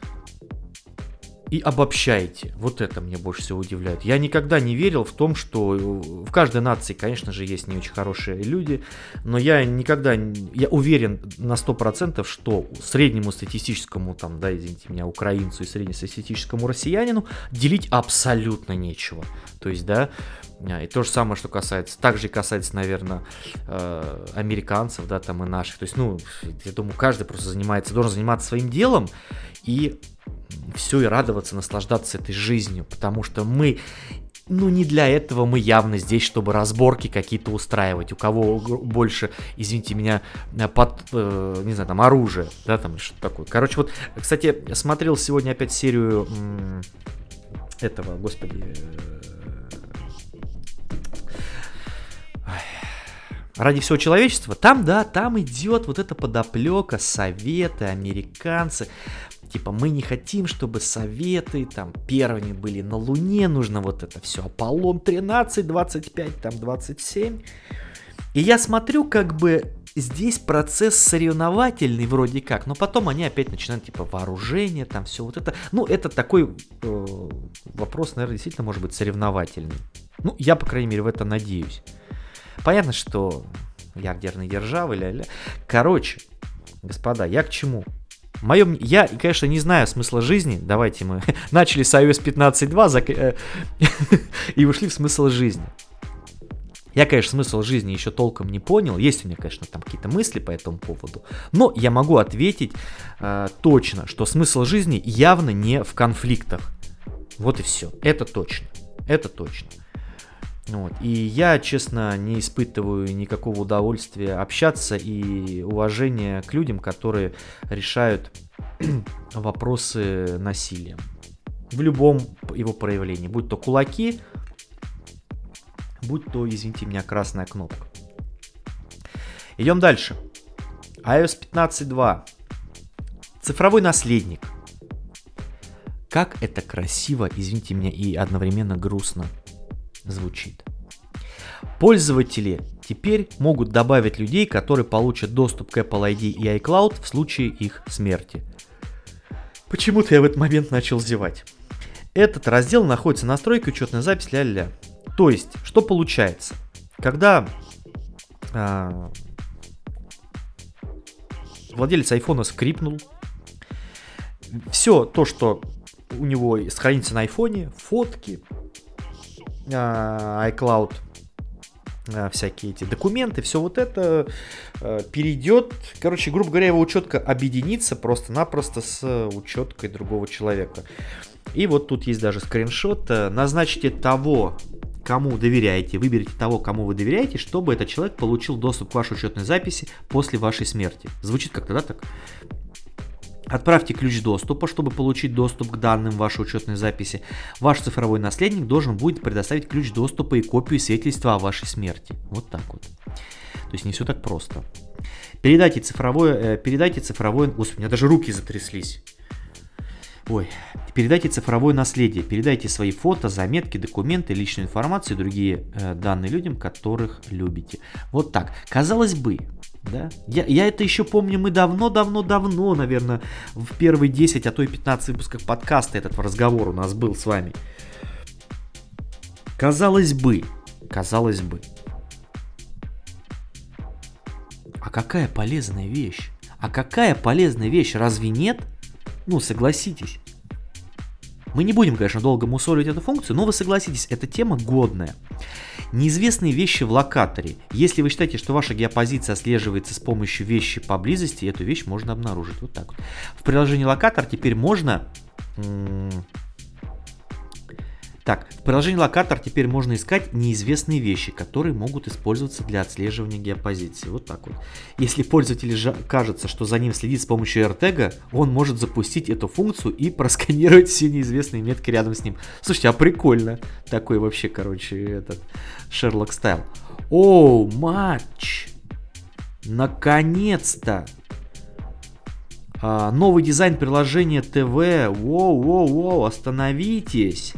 и обобщаете. Вот это мне больше всего удивляет. Я никогда не верил в том, что в каждой нации, конечно же, есть не очень хорошие люди, но я никогда, я уверен на сто процентов, что среднему статистическому, там, да, извините меня, украинцу и среднестатистическому россиянину делить абсолютно нечего. То есть, да, и то же самое, что касается, также касается, наверное, американцев, да, там и наших. То есть, ну, я думаю, каждый просто занимается, должен заниматься своим делом и все, и радоваться, наслаждаться этой жизнью, потому что мы, ну, не для этого мы явно здесь, чтобы разборки какие-то устраивать, у кого больше, извините меня, под, э, не знаю, там, оружие, да, там, что-то такое. Короче, вот, кстати, я смотрел сегодня опять серию м- этого, господи, «Ради всего человечества». Там, да, там идет вот эта подоплека, советы, американцы. Типа, мы не хотим, чтобы советы там первыми были на Луне, нужно вот это все. Аполлон тринадцать, двадцать пять, там двадцать семь. И я смотрю, как бы здесь процесс соревновательный вроде как, но потом они опять начинают, типа, вооружение, там все вот это. Ну, это такой э, вопрос, наверное, действительно может быть соревновательный. Ну, я, по крайней мере, в это надеюсь. Понятно, что ядерные державы, ля-ля. Короче, господа, я к чему? Моё, я, конечно, не знаю смысла жизни. Давайте мы начали с ай о эс пятнадцать точка два зак... и ушли в смысл жизни. Я, конечно, смысл жизни еще толком не понял. Есть у меня, конечно, там какие-то мысли по этому поводу. Но я могу ответить э, точно, что смысл жизни явно не в конфликтах. Вот и все. Это точно. Это точно. Вот. И я, честно, не испытываю никакого удовольствия общаться и уважения к людям, которые решают вопросы насилием. В любом его проявлении. Будь то кулаки, будь то, извините меня, красная кнопка. Идем дальше. ай о эс пятнадцать точка два. Цифровой наследник. Как это красиво, извините меня, и одновременно грустно звучит. Пользователи теперь могут добавить людей, которые получат доступ к Apple ай ди и iCloud в случае их смерти. Почему-то я в этот момент начал зевать. Этот раздел находится в настройке, учетная запись, ля-ля-ля. То есть, что получается? Когда а, владелец айфона скрипнул, все то, что у него хранится на айфоне, фотки, iCloud, всякие эти документы, все вот это перейдет, короче, грубо говоря, его учетка объединится просто-напросто с учеткой другого человека. И вот тут есть даже скриншот. Назначьте того, кому доверяете, выберите того, кому вы доверяете, чтобы этот человек получил доступ к вашей учетной записи после вашей смерти. Звучит как-то, да, так? Отправьте ключ доступа, чтобы получить доступ к данным вашей учетной записи. Ваш цифровой наследник должен будет предоставить ключ доступа и копию свидетельства о вашей смерти. Вот так вот. То есть не все так просто. Передайте цифровое, э, передайте цифровое... Господи, у меня даже руки затряслись. Ой, передайте цифровое наследие, передайте свои фото, заметки, документы, личную информацию и другие э, данные людям, которых любите. Вот так. Казалось бы, да, я, я это еще помню, мы давно-давно-давно, наверное, в первые десять, а то и пятнадцать выпусках подкаста этот разговор у нас был с вами. Казалось бы, казалось бы. А какая полезная вещь? А какая полезная вещь? Разве нет? Ну, согласитесь. Мы не будем, конечно, долго мусолить эту функцию, но вы согласитесь, эта тема годная. Неизвестные вещи в локаторе. Если вы считаете, что ваша геопозиция отслеживается с помощью вещи поблизости, эту вещь можно обнаружить. Вот так вот. В приложении локатор теперь можно... М- Так, в приложении локатор теперь можно искать неизвестные вещи, которые могут использоваться для отслеживания геопозиции. Вот так вот. Если пользователю жа- кажется, что за ним следит с помощью AirTag, он может запустить эту функцию и просканировать все неизвестные метки рядом с ним. Слушайте, а прикольно. Такой вообще, короче, этот Шерлок стайл. Оу, матч! Наконец-то! А, новый дизайн приложения ТВ. Воу-воу-воу, остановитесь!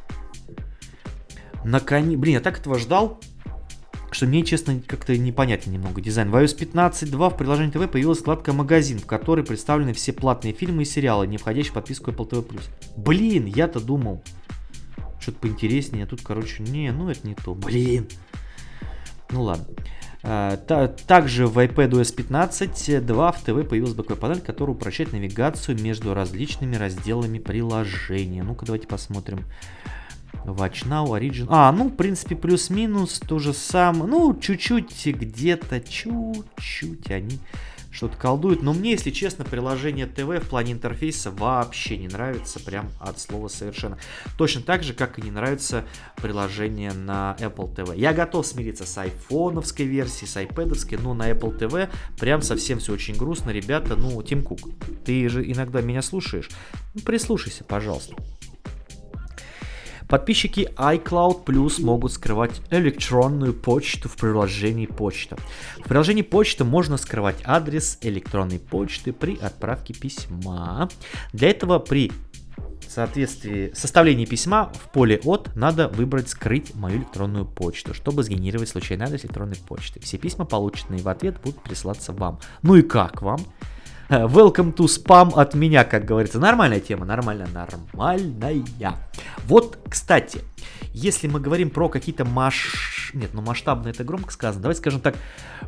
Наконец, блин, я так этого ждал, что мне, честно, как-то непонятно немного дизайн. В ай о эс пятнадцать точка два в приложении ТВ появилась вкладка «Магазин», в которой представлены все платные фильмы и сериалы, не входящие в подписку Apple ти ви плюс. Блин, я-то думал, что-то поинтереснее, а тут, короче, не, ну это не то. Блин. Ну ладно. А, та, также в iPadOS пятнадцать точка два в ТВ появилась боковая панель, которая упрощает навигацию между различными разделами приложения. Ну-ка, давайте посмотрим. Watch Now, Origin. А, ну, в принципе, плюс-минус то же самое. Ну, чуть-чуть где-то, чуть-чуть они что-то колдуют. Но мне, если честно, приложение ТВ в плане интерфейса вообще не нравится. Прям от слова совершенно. Точно так же, как и не нравится приложение на Apple ти ви. Я готов смириться с айфоновской версией, с айпэдовской, но на Apple ти ви прям совсем все очень грустно. Ребята, ну, Тим Кук, ты же иногда меня слушаешь? Ну, прислушайся, пожалуйста. Подписчики iCloud Plus могут скрывать электронную почту в приложении почта. В приложении почта можно скрывать адрес электронной почты при отправке письма. Для этого при соответствии составлении письма в поле «От» надо выбрать «Скрыть мою электронную почту», чтобы сгенерировать случайный адрес электронной почты. Все письма, полученные в ответ, будут присылаться вам. Ну и как вам? Welcome to spam от меня, как говорится. Нормальная тема, нормальная, нормальная. Вот, кстати, если мы говорим про какие-то маш... Нет, ну масштабно это громко сказано. Давайте скажем так,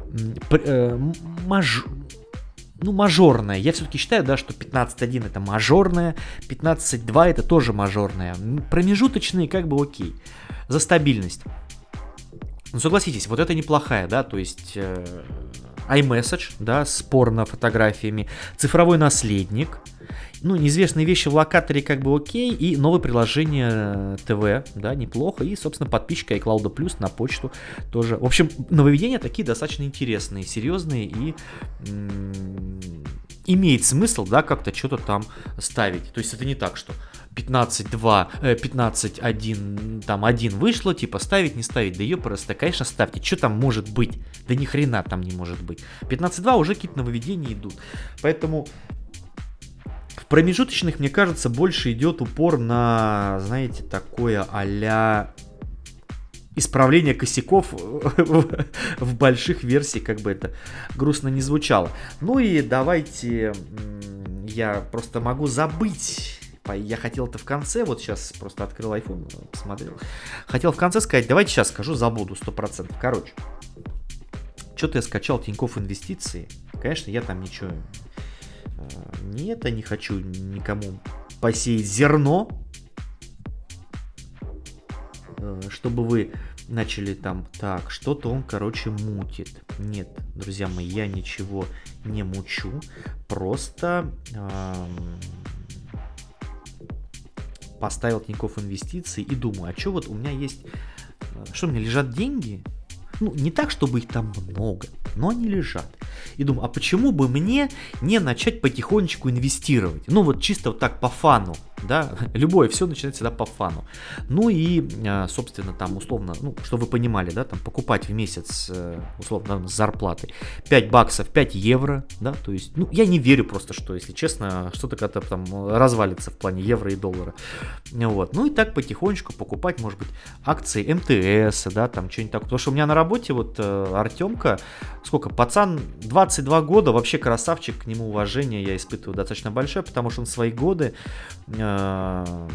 маж... ну мажорная. Я все-таки считаю, да, что пятнадцать точка один это мажорная, пятнадцать точка два это тоже мажорная. Промежуточные как бы окей. За стабильность. Ну согласитесь, вот это неплохая, да, то есть... Э... iMessage, да, с порно-фотографиями, цифровой наследник, ну, неизвестные вещи в локаторе как бы окей, и новое приложение ТВ, да, неплохо, и, собственно, подписчика iCloud Plus на почту тоже. В общем, нововведения такие достаточно интересные, серьезные, и м- имеет смысл, да, как-то что-то там ставить. То есть это не так, что пятнадцать два, пятнадцать один, там один вышло, типа ставить, не ставить, да ее просто, конечно, ставьте, что там может быть, да ни хрена там не может быть. пятнадцать два уже какие-то нововведения идут, поэтому в промежуточных, мне кажется, больше идет упор на, знаете, такое а-ля исправление косяков в, в больших версиях, как бы это грустно не звучало. Ну и давайте, я просто могу забыть. Я хотел это в конце, вот сейчас просто открыл iPhone, посмотрел. Хотел в конце сказать, давайте сейчас скажу, забуду сто процентов. Короче, что-то я скачал Тинькофф Инвестиции. Конечно, я там ничего не это, не хочу никому посеять зерно, чтобы вы начали там, так, что-то он, короче, мутит. Нет, друзья мои, я ничего не мучу, просто... Эм... поставил Тинькофф Инвестиции и думаю, а что вот у меня есть что у меня лежат деньги? Ну, не так, чтобы их там много, но они лежат. И думаю, а почему бы мне не начать потихонечку инвестировать? Ну, вот чисто вот так по фану, да, любое, все начинается всегда по фану. Ну и, собственно, там условно, ну, что вы понимали, да, там покупать в месяц, условно, с зарплатой пять баксов, пять евро, да, то есть, ну, я не верю просто, что, если честно, что-то когда-то там развалится в плане евро и доллара. Вот, ну и так потихонечку покупать, может быть, акции эм тэ эс, да, там что-нибудь такое, потому что у меня на работе вот э, Артемка, сколько, пацан, двадцать два года, вообще красавчик, к нему уважение я испытываю достаточно большое, потому что он свои годы, э,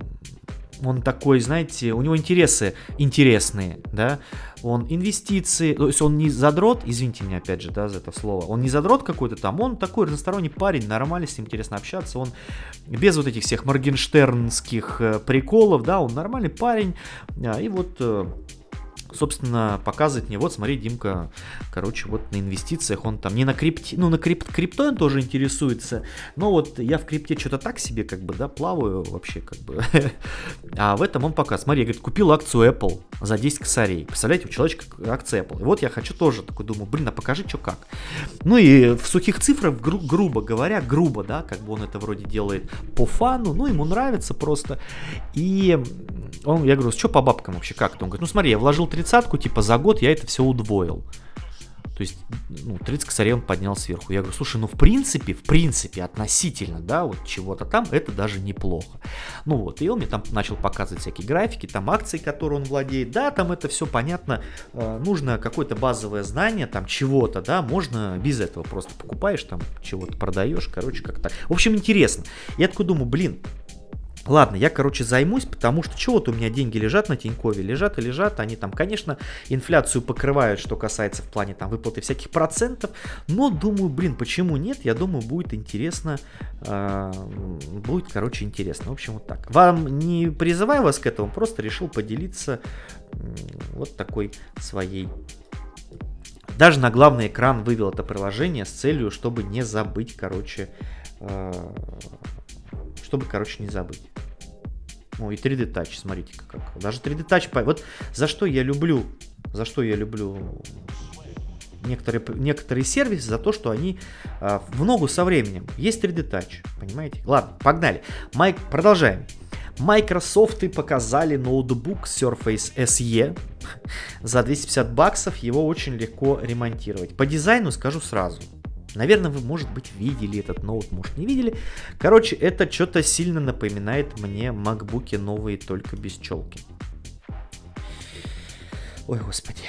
он такой, знаете, у него интересы интересные, да, он инвестиции, то есть он не задрот, извините меня опять же, да, за это слово, он не задрот какой-то там, он такой разносторонний парень, нормально, с ним интересно общаться, он без вот этих всех моргенштернских э, приколов, да, он нормальный парень, э, и вот... Э, собственно, показывает мне, вот смотри, Димка, короче, вот на инвестициях он там не на крипте, ну на крип, крипто он тоже интересуется, но вот я в крипте что-то так себе, как бы, да, плаваю вообще, как бы, а в этом он показывает, смотри, я, говорит, купил акцию Apple за десять косарей, представляете, у человечка акция Apple, и вот я хочу тоже, такой думаю, блин, а покажи, что как, ну и в сухих цифрах, гру- грубо говоря, грубо, да, как бы он это вроде делает по фану, ну ему нравится просто, и он, я говорю, что по бабкам вообще, как-то, он говорит, ну смотри, я вложил тридцатку, типа за год я это все удвоил. То есть, ну, тридцать косарей он поднял сверху. Я говорю, слушай, ну в принципе, в принципе, относительно, да, вот чего-то там, это даже неплохо. Ну вот, и он мне там начал показывать всякие графики, там акции, которые он владеет. Да, там это все понятно, э, нужно какое-то базовое знание, там чего-то, да, можно без этого просто покупаешь, там чего-то продаешь, короче, как так. В общем, интересно. Я такой думаю, блин, ладно, я, короче, займусь, потому что чего-то у меня деньги лежат на Тинькове, лежат и лежат, они там, конечно, инфляцию покрывают, что касается в плане там выплаты всяких процентов, но думаю, блин, почему нет, я думаю, будет интересно, э, будет, короче, интересно, в общем, вот так. Вам не призываю вас к этому, просто решил поделиться э, вот такой своей. Даже на главный экран вывел это приложение с целью, чтобы не забыть, короче, э, чтобы, короче, не забыть. Ну и три дэ Touch, смотрите как. Даже три дэ Touch, вот за что я люблю, за что я люблю некоторые, некоторые сервисы, за то, что они а, в ногу со временем. Есть три дэ Touch, понимаете? Ладно, погнали. Майк, продолжаем. Microsoft показали ноутбук Surface эс и за двести пятьдесят баксов, его очень легко ремонтировать. По дизайну скажу сразу. Наверное, вы, может быть, видели этот ноут, может, не видели. Короче, это что-то сильно напоминает мне макбуки новые, только без челки. Ой, господи.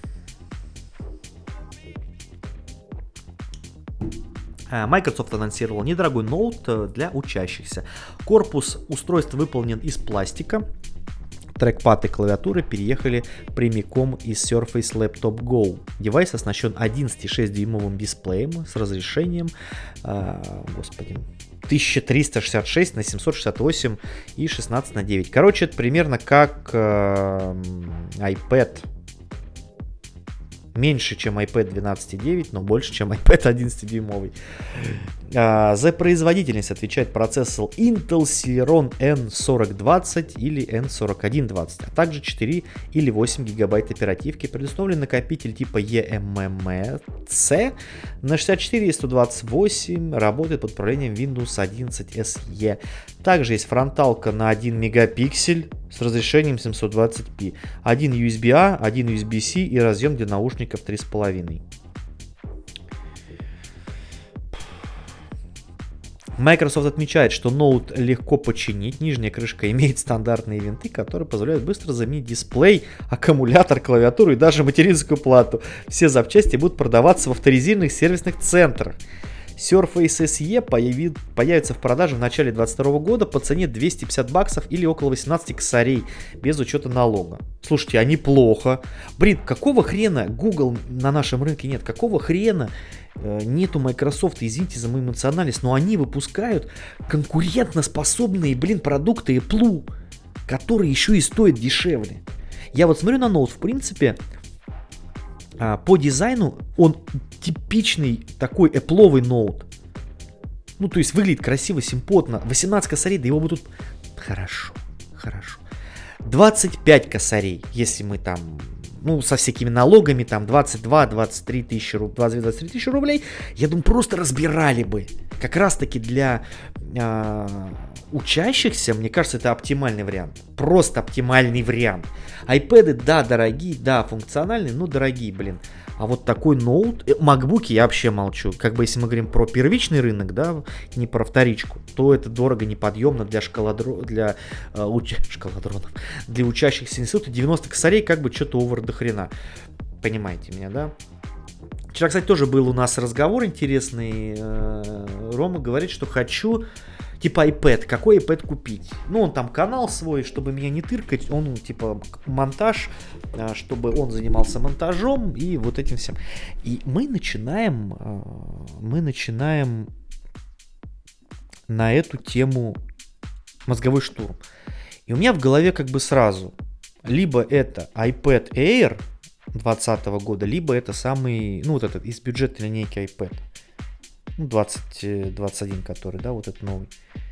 Microsoft анонсировал недорогой ноут для учащихся. Корпус устройства выполнен из пластика. Трекпад и клавиатура переехали прямиком из Surface Laptop Go. Девайс оснащен одиннадцать целых шесть десятых дюймовым дисплеем с разрешением а, господи, тысяча триста шестьдесят шесть на семьсот шестьдесят восемь и шестнадцать на девять. Короче, это примерно как а, iPad. Меньше, чем iPad двенадцать целых девять, но больше, чем iPad одиннадцатидюймовый. А, за производительность отвечает процессор Intel Celeron эн сорок двадцать или эн сорок один двадцать, а также четыре или восемь гигабайт оперативки. Предустановлен накопитель типа и эм эм си на шестьдесят четыре и сто двадцать восемь, работает под управлением Windows одиннадцать эс и. Также есть фронталка на один мегапиксель с разрешением семьсот двадцать пи, один ю эс би-A, один ю эс би-C и разъем для наушников три с половиной. Microsoft отмечает, что ноут легко починить, нижняя крышка имеет стандартные винты, которые позволяют быстро заменить дисплей, аккумулятор, клавиатуру и даже материнскую плату. Все запчасти будут продаваться в авторизированных сервисных центрах. Surface эс и появи, появится в продаже в начале двадцать второго года по цене двести пятьдесят баксов или около восемнадцать косарей без учета налога. Слушайте, а неплохо. Блин, какого хрена Google на нашем рынке нет? Какого хрена э, нету Microsoft? Извините за мою эмоциональность, но они выпускают конкурентоспособные, блин, продукты Apple, которые еще и стоят дешевле. Я вот смотрю на ноут, в принципе, по дизайну он типичный такой эппловый ноут. Ну, то есть выглядит красиво, симпотно. восемнадцать косарей, да его будут... Хорошо, хорошо. двадцать пять косарей, если мы там, ну, со всякими налогами, там, двадцать два двадцать три тысячи, двадцать двадцать три тысячи рублей, я думаю, просто разбирали бы. Как раз-таки для э, учащихся, мне кажется, это оптимальный вариант. Просто оптимальный вариант. iPad'ы, да, дорогие, да, функциональные, но дорогие, блин. А вот такой ноут, макбуки я вообще молчу. Как бы если мы говорим про первичный рынок, да, не про вторичку, то это дорого, неподъемно для шкаладро... для, э, уч... шкаладронов, для учащихся института. девяносто косарей как бы что-то овер до хрена. Понимаете меня, да? Вчера, кстати, тоже был у нас разговор интересный. Рома говорит, что хочу типа iPad. Какой iPad купить? Ну, он там канал свой, чтобы меня не тыркать. Он типа монтаж, чтобы он занимался монтажом и вот этим всем. И мы начинаем, мы начинаем на эту тему мозговой штурм. И у меня в голове как бы сразу либо это iPad Air двадцатого года, либо это самый, ну вот этот из бюджетной линейки iPad, ну двадцать двадцать один, который, да, вот этот новый.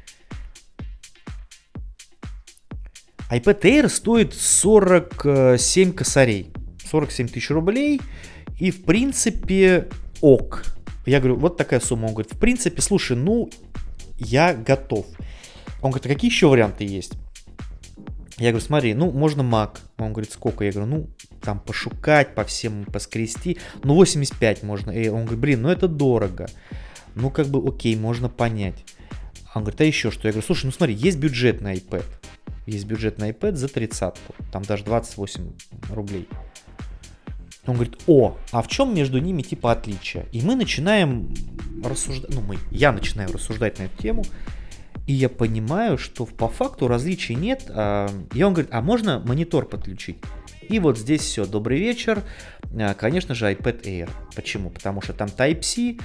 iPad Air стоит сорок семь косарей, сорок семь тысяч рублей, и в принципе ок. Я говорю, вот такая сумма. Он говорит, в принципе, слушай, ну я готов. Он говорит, а какие еще варианты есть? Я говорю, смотри, ну можно Mac. Он говорит, сколько? Я говорю, ну там пошукать, по всем поскрести, ну восемьдесят пять можно. И он говорит, блин, ну это дорого. Ну как бы окей, можно понять. Он говорит, а еще что? Я говорю, слушай, ну смотри, есть бюджетный iPad. Есть бюджетный iPad за тридцатку, там даже двадцать восемь рублей. Он говорит, о, а в чем между ними типа отличия? И мы начинаем рассуждать, ну мы, я начинаю рассуждать на эту тему. И я понимаю, что по факту различий нет. И он говорит, а можно монитор подключить? И вот здесь все, добрый вечер. Конечно же, iPad Air. Почему? Потому что там Type-C.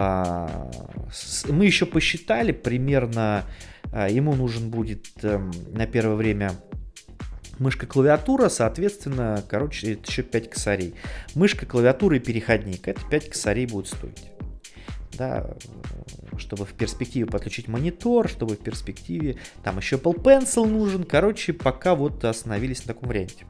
Мы еще посчитали, примерно ему нужен будет на первое время мышка, клавиатура, соответственно, короче, это еще пять косарей. Мышка, клавиатура и переходник. Это пять косарей будет стоить. Да, чтобы в перспективе подключить монитор, чтобы в перспективе там еще Apple Pencil нужен. Короче, пока вот остановились на таком варианте.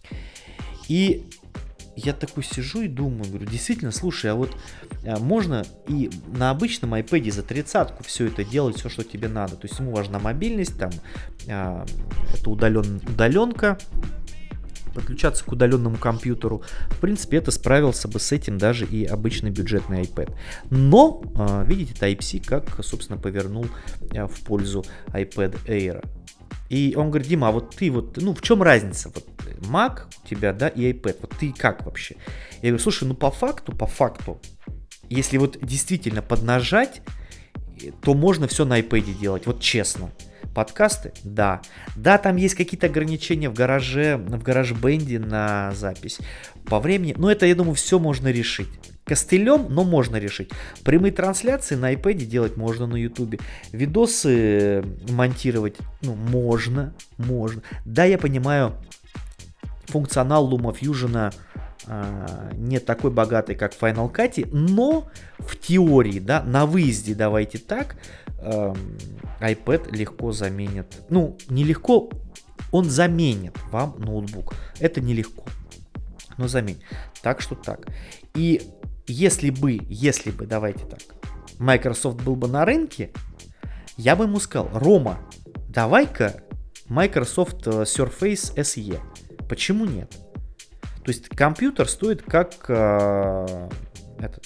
И я такой сижу и думаю, говорю, действительно, слушай, а вот а, можно и на обычном iPad за тридцатку все это делать, все, что тебе надо. То есть ему важна мобильность, там а, это удален, удаленка, подключаться к удаленному компьютеру. В принципе, это справился бы с этим даже и обычный бюджетный iPad. Но, видите, Type-C как, собственно, повернул в пользу iPad Air. И он говорит, Дима, а вот ты вот, ну, в чем разница? Вот Mac у тебя, да, и iPad. Вот ты как вообще? Я говорю, слушай, ну, по факту, по факту, если вот действительно поднажать, то можно все на iPad делать, вот честно. Подкасты? Да. Да, там есть какие-то ограничения в гараже, в гараж-бенде на запись по времени. Но это, я думаю, все можно решить. Костылем, но можно решить. Прямые трансляции на iPad делать можно на YouTube. Видосы монтировать, ну, можно, можно. Да, я понимаю, функционал LumaFusion э, не такой богатый, как в Final Cut, но в теории, да, на выезде, давайте так, э, iPad легко заменит. Ну, нелегко, он заменит вам ноутбук. Это нелегко, но заменит. Так что так. И если бы, если бы, давайте так, Microsoft был бы на рынке, я бы ему сказал, Рома, давай-ка Microsoft Surface эс и. Почему нет? То есть компьютер стоит как э, этот,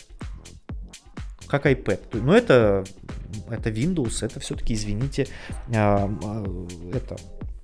как iPad. Но это, это Windows, это все-таки, извините, э, э, это,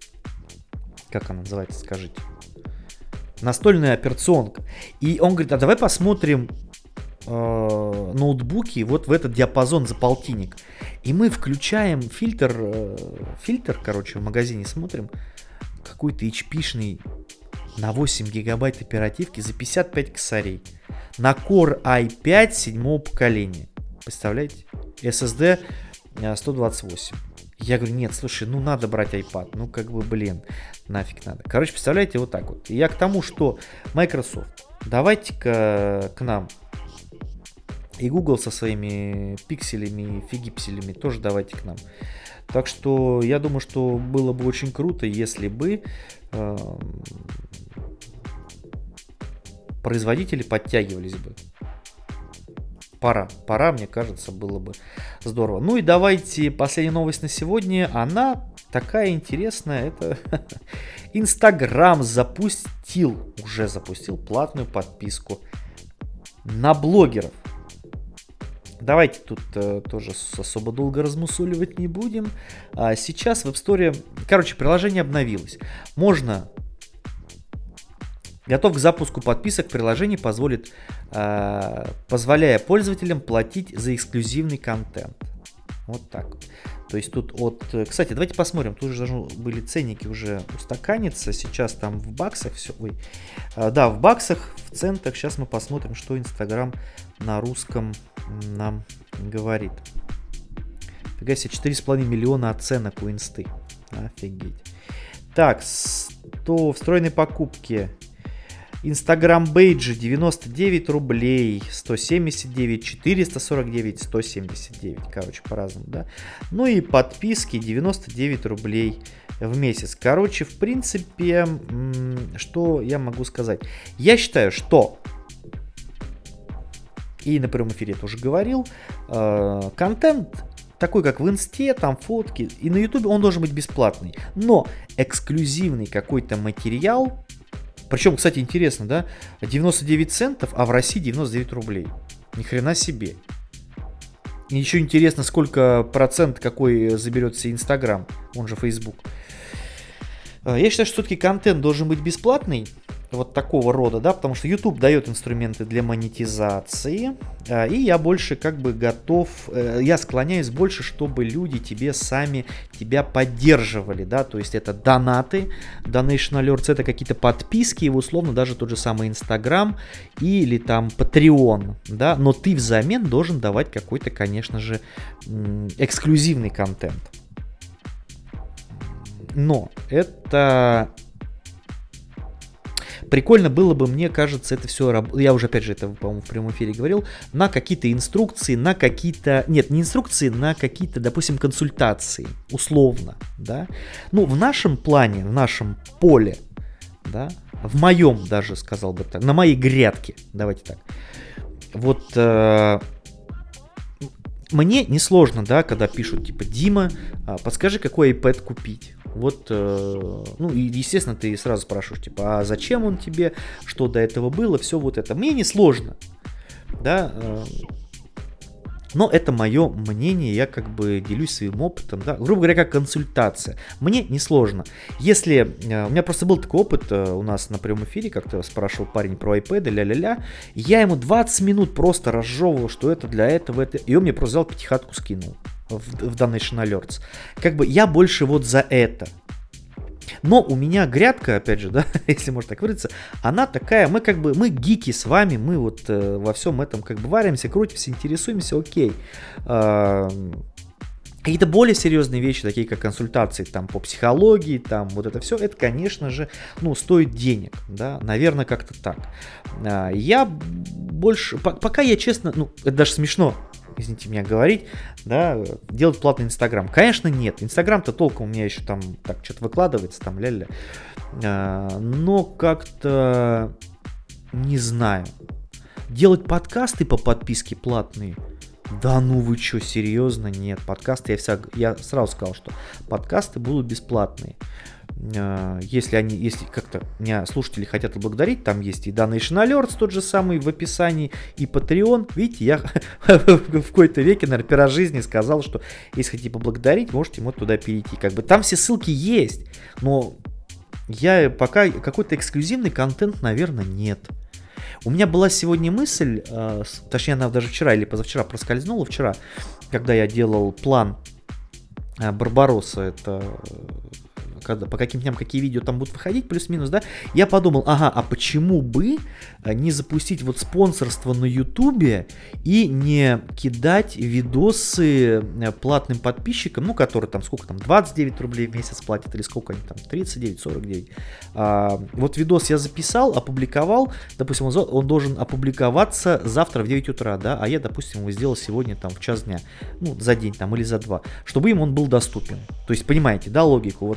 как она называется, скажите, настольная операционка. И он говорит, а давай посмотрим э, ноутбуки вот в этот диапазон за полтинник. И мы включаем фильтр, э, фильтр, короче, в магазине смотрим, какой-то эйч пи-шный на восемь гигабайт оперативки за пятьдесят пять косарей. На Core ай пять седьмого поколения. Представляете? эс эс ди сто двадцать восемь. Я говорю, нет, слушай, ну надо брать iPad. Ну как бы, блин, нафиг надо. Короче, представляете, вот так вот. Я к тому, что Microsoft, давайте-ка к нам. И Google со своими пикселями, фигипселями тоже давайте к нам. Так что я думаю, что было бы очень круто, если бы э, производители подтягивались бы. Пора, пора, мне кажется, было бы здорово. Ну и давайте последняя новость на сегодня. Она такая интересная. Это Инстаграм запустил, уже запустил платную подписку на блогеров. Давайте тут э, тоже особо долго размусоливать не будем. А сейчас в App Store, короче, приложение обновилось. Можно... Готов к запуску подписок, приложение позволит, э, позволяя пользователям платить за эксклюзивный контент. Вот так. То есть тут от... Кстати, давайте посмотрим. Тут уже должны были ценники уже устаканиться. Сейчас там в баксах все... Ой. А, да, в баксах, в центах. Сейчас мы посмотрим, что Инстаграм на русском нам говорит. Фига себе, четыре с половиной миллиона оценок у Инсты. Офигеть. Так, сто встроенной покупки. Инстаграм бейджи девяносто девять рублей, сто семьдесят девять, четыреста сорок девять, сто семьдесят девять. Короче, по-разному, да. Ну и подписки девяносто девять рублей в месяц. Короче, в принципе, что я могу сказать? Я считаю, что, и на прямом эфире я тоже говорил, контент такой, как в Инсте, там фотки, и на Ютубе он должен быть бесплатный. Но эксклюзивный какой-то материал. Причем, кстати, интересно, да, девяносто девять центов, а в России девяносто девять рублей. Ни хрена себе. И еще интересно, сколько процент какой заберется Инстаграм, он же Facebook. Я считаю, что все-таки контент должен быть бесплатный, вот такого рода, да, потому что YouTube дает инструменты для монетизации, и я больше как бы готов, я склоняюсь больше, чтобы люди тебе сами тебя поддерживали, да, то есть это донаты, Donation Alerts, это какие-то подписки, и условно даже тот же самый Instagram или там Patreon, да, но ты взамен должен давать какой-то, конечно же, эксклюзивный контент. Но это... Прикольно было бы, мне кажется, это все, я уже опять же это, по-моему, в прямом эфире говорил, на какие-то инструкции, на какие-то, нет, не инструкции, на какие-то, допустим, консультации, условно, да. Ну, в нашем плане, в нашем поле, да, в моем даже, сказал бы так, на моей грядке, давайте так, вот... Э- Мне несложно, да, когда пишут, типа, Дима, подскажи, какой iPad купить. Вот, э, ну, и, естественно, ты сразу спрашиваешь, типа, а зачем он тебе, что до этого было, все вот это. Мне несложно, да, э, но это мое мнение, я как бы делюсь своим опытом, да, грубо говоря, как консультация. Мне несложно. Если, э, у меня просто был такой опыт э, у нас на прямом эфире, как-то спрашивал парень про iPad, ля-ля-ля, я ему двадцать минут просто разжевывал, что это для этого, это, и он мне просто взял пятихатку скинул в, в Donation Alerts. Как бы я больше вот за это. Но у меня грядка, опять же, да, если можно так выразиться, она такая, мы как бы, мы гики с вами, мы вот э, во всем этом как бы варимся, крутимся, интересуемся, окей. Э, какие-то более серьезные вещи, такие как консультации там по психологии, там вот это все, это, конечно же, ну, стоит денег, да, наверное, как-то так. Э, я больше, по- пока я честно, ну, это даже смешно, извините меня говорить, да, делать платный Инстаграм. Конечно, нет. Инстаграм-то толком у меня еще там так что-то выкладывается, там ля-ля. А, но как-то не знаю. Делать подкасты по подписке платные? Да ну вы что, серьезно? Нет, подкасты я вся, я сразу сказал, что подкасты будут бесплатные. Если они, если как-то меня слушатели хотят поблагодарить, там есть и Donation Alerts тот же самый в описании, и Patreon. Видите, я в какой-то веке, наверное, пера жизни сказал, что если хотите поблагодарить, можете вот туда перейти. Как бы там все ссылки есть, но я пока какой-то эксклюзивный контент, наверное, нет. У меня была сегодня мысль, точнее, она даже вчера или позавчера проскользнула, вчера, когда я делал план Барбаросса, это... когда, по каким дням какие видео там будут выходить, плюс-минус, да, я подумал, ага, а почему бы не запустить вот спонсорство на Ютубе и не кидать видосы платным подписчикам, ну, которые там, сколько там, двадцать девять рублей в месяц платят, или сколько они там, тридцать девять, сорок девять. А, вот видос я записал, опубликовал, допустим, он, он должен опубликоваться завтра в девять утра, да, а я, допустим, его сделал сегодня там в час дня, ну, за день там или за два, чтобы им он был доступен. То есть, понимаете, да, логику вот такую.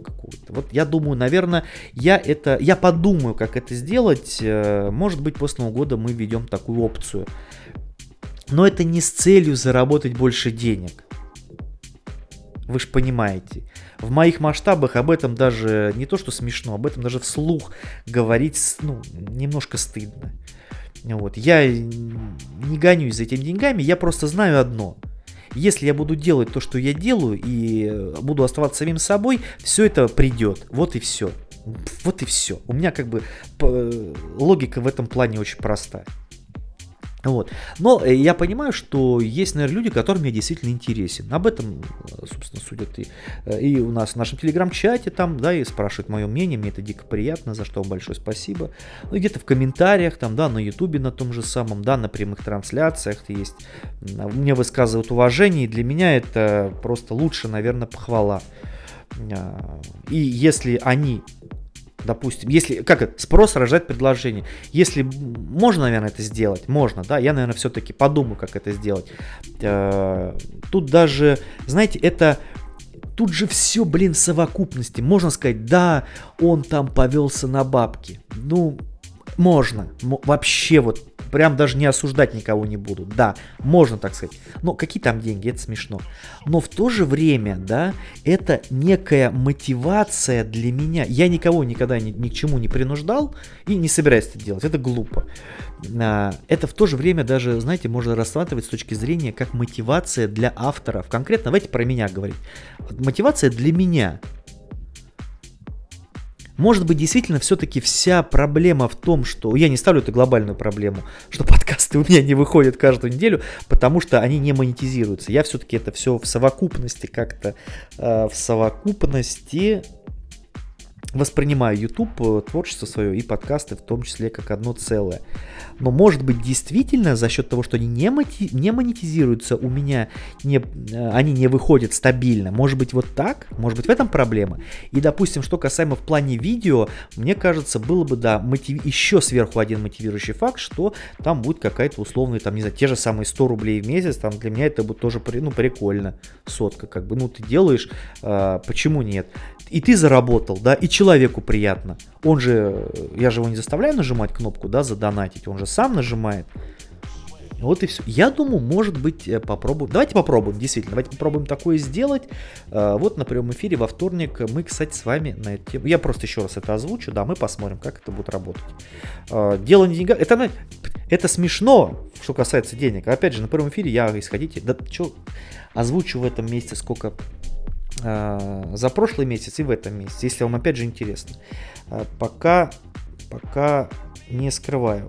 какого-то. Вот я думаю, наверное, я это, я подумаю, как это сделать. Может быть, после Нового года мы введем такую опцию. Но это не с целью заработать больше денег. Вы же понимаете. В моих масштабах об этом даже не то, что смешно, об этом даже вслух говорить, ну, немножко стыдно. Вот. Я не гонюсь за этими деньгами, я просто знаю одно. Если я буду делать то, что я делаю, и буду оставаться самим собой, все это придет. Вот и все. Вот и все. У меня как бы логика в этом плане очень простая. Вот. Но я понимаю, что есть, наверное, люди, которым я действительно интересен. Об этом, собственно, судят и, и у нас в нашем телеграм-чате там, да, и спрашивают мое мнение, мне это дико приятно, за что вам большое спасибо. Ну, где-то в комментариях, там, да, на ютубе на том же самом, да, на прямых трансляциях есть, мне высказывают уважение, и для меня это просто лучше, наверное, похвала. И если они... Допустим, если, как это, спрос рождает предложение. Если можно, наверное, это сделать, можно, да, я, наверное, все-таки подумаю, как это сделать. Тут даже, знаете, это, тут же все, блин, в совокупности. Можно сказать, да, он там повелся на бабки. Ну, можно, вообще вот, прям даже не осуждать никого не буду. Да, можно так сказать. Но какие там деньги, это смешно. Но в то же время, да, это некая мотивация для меня. Я никого никогда ни, ни к чему не принуждал и не собираюсь это делать. Это глупо. Это в то же время даже, знаете, можно рассматривать с точки зрения как мотивация для авторов. Конкретно, давайте про меня говорить. Мотивация для меня. Может быть, действительно, все-таки вся проблема в том, что... Я не ставлю эту глобальную проблему, что подкасты у меня не выходят каждую неделю, потому что они не монетизируются. Я все-таки это все в совокупности как-то... Э, в совокупности воспринимаю YouTube, творчество свое и подкасты в том числе как одно целое. Но может быть действительно за счет того, что они не, моти- не монетизируются, у меня не, они не выходят стабильно. Может быть вот так? Может быть в этом проблема? И допустим, что касаемо в плане видео, мне кажется, было бы, да, мотив... еще сверху один мотивирующий факт, что там будет какая-то условная, там, не знаю, те же самые сто рублей в месяц, там для меня это будет тоже, ну, прикольно. Сотка, как бы, ну, ты делаешь, э, почему нет? И ты заработал, да, и человеку приятно. Он же, я же его не заставляю нажимать кнопку, да, задонатить, он же сам нажимает. Вот и все. Я думаю, может быть, попробуем. Давайте попробуем, действительно, давайте попробуем такое сделать. Вот на прямом эфире во вторник мы, кстати, с вами на эту тему. Я просто еще раз это озвучу, да, мы посмотрим, как это будет работать. Дело не деньгах. Это, это смешно, что касается денег. Опять же, на прямом эфире я, исходите, да что, озвучу в этом месяце сколько... за прошлый месяц и в этом месяце, если вам опять же интересно. Пока, пока не скрываю.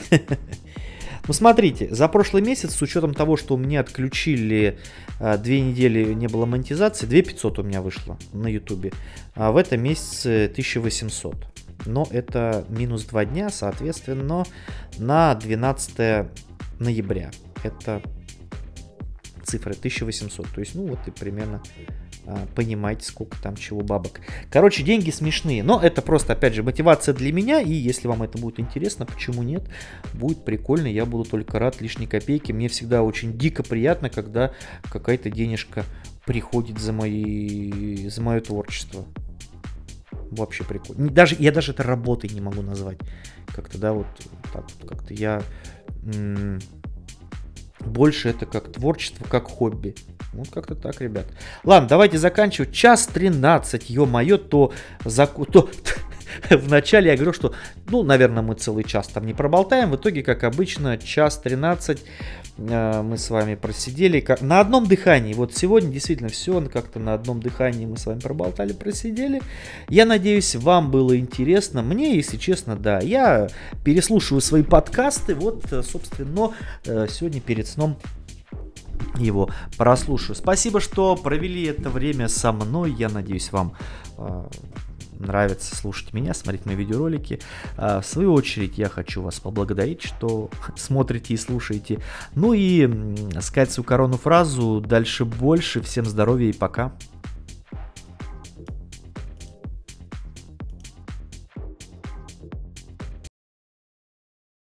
Ну смотрите, за прошлый месяц, с учетом того, что у меня отключили две недели, не было монетизации, две тысячи пятьсот у меня вышло на ютубе, а в этом месяце тысяча восемьсот. Но это минус два дня, соответственно, на двенадцатое ноября. Это цифры тысяча восемьсот. То есть, ну вот и примерно понимаете, сколько там чего бабок. Короче, деньги смешные, но это просто, опять же, мотивация для меня, и если вам это будет интересно, почему нет, будет прикольно, я буду только рад лишней копейки. Мне всегда очень дико приятно, когда какая-то денежка приходит за, мои, за мое творчество. Вообще прикольно. Даже, я даже это работой не могу назвать. Как-то, да, вот так вот, как-то я... М- Больше это как творчество, как хобби. Вот как-то так, ребят. Ладно, давайте заканчивать. Час тринадцать, ё-моё, то, за... то... Вначале я говорю, что, ну, наверное, мы целый час там не проболтаем. В итоге, как обычно, час тринадцать э, мы с вами просидели как... на одном дыхании. Вот сегодня действительно все как-то на одном дыхании мы с вами проболтали, просидели. Я надеюсь, вам было интересно. Мне, если честно, да. Я переслушиваю свои подкасты. Вот, собственно, э, сегодня перед сном его прослушаю. Спасибо, что провели это время со мной. Я надеюсь, вам... Э, нравится слушать меня, смотреть мои видеоролики. В свою очередь я хочу вас поблагодарить, что смотрите и слушаете. Ну и сказать свою коронную фразу: дальше больше. Всем здоровья и пока.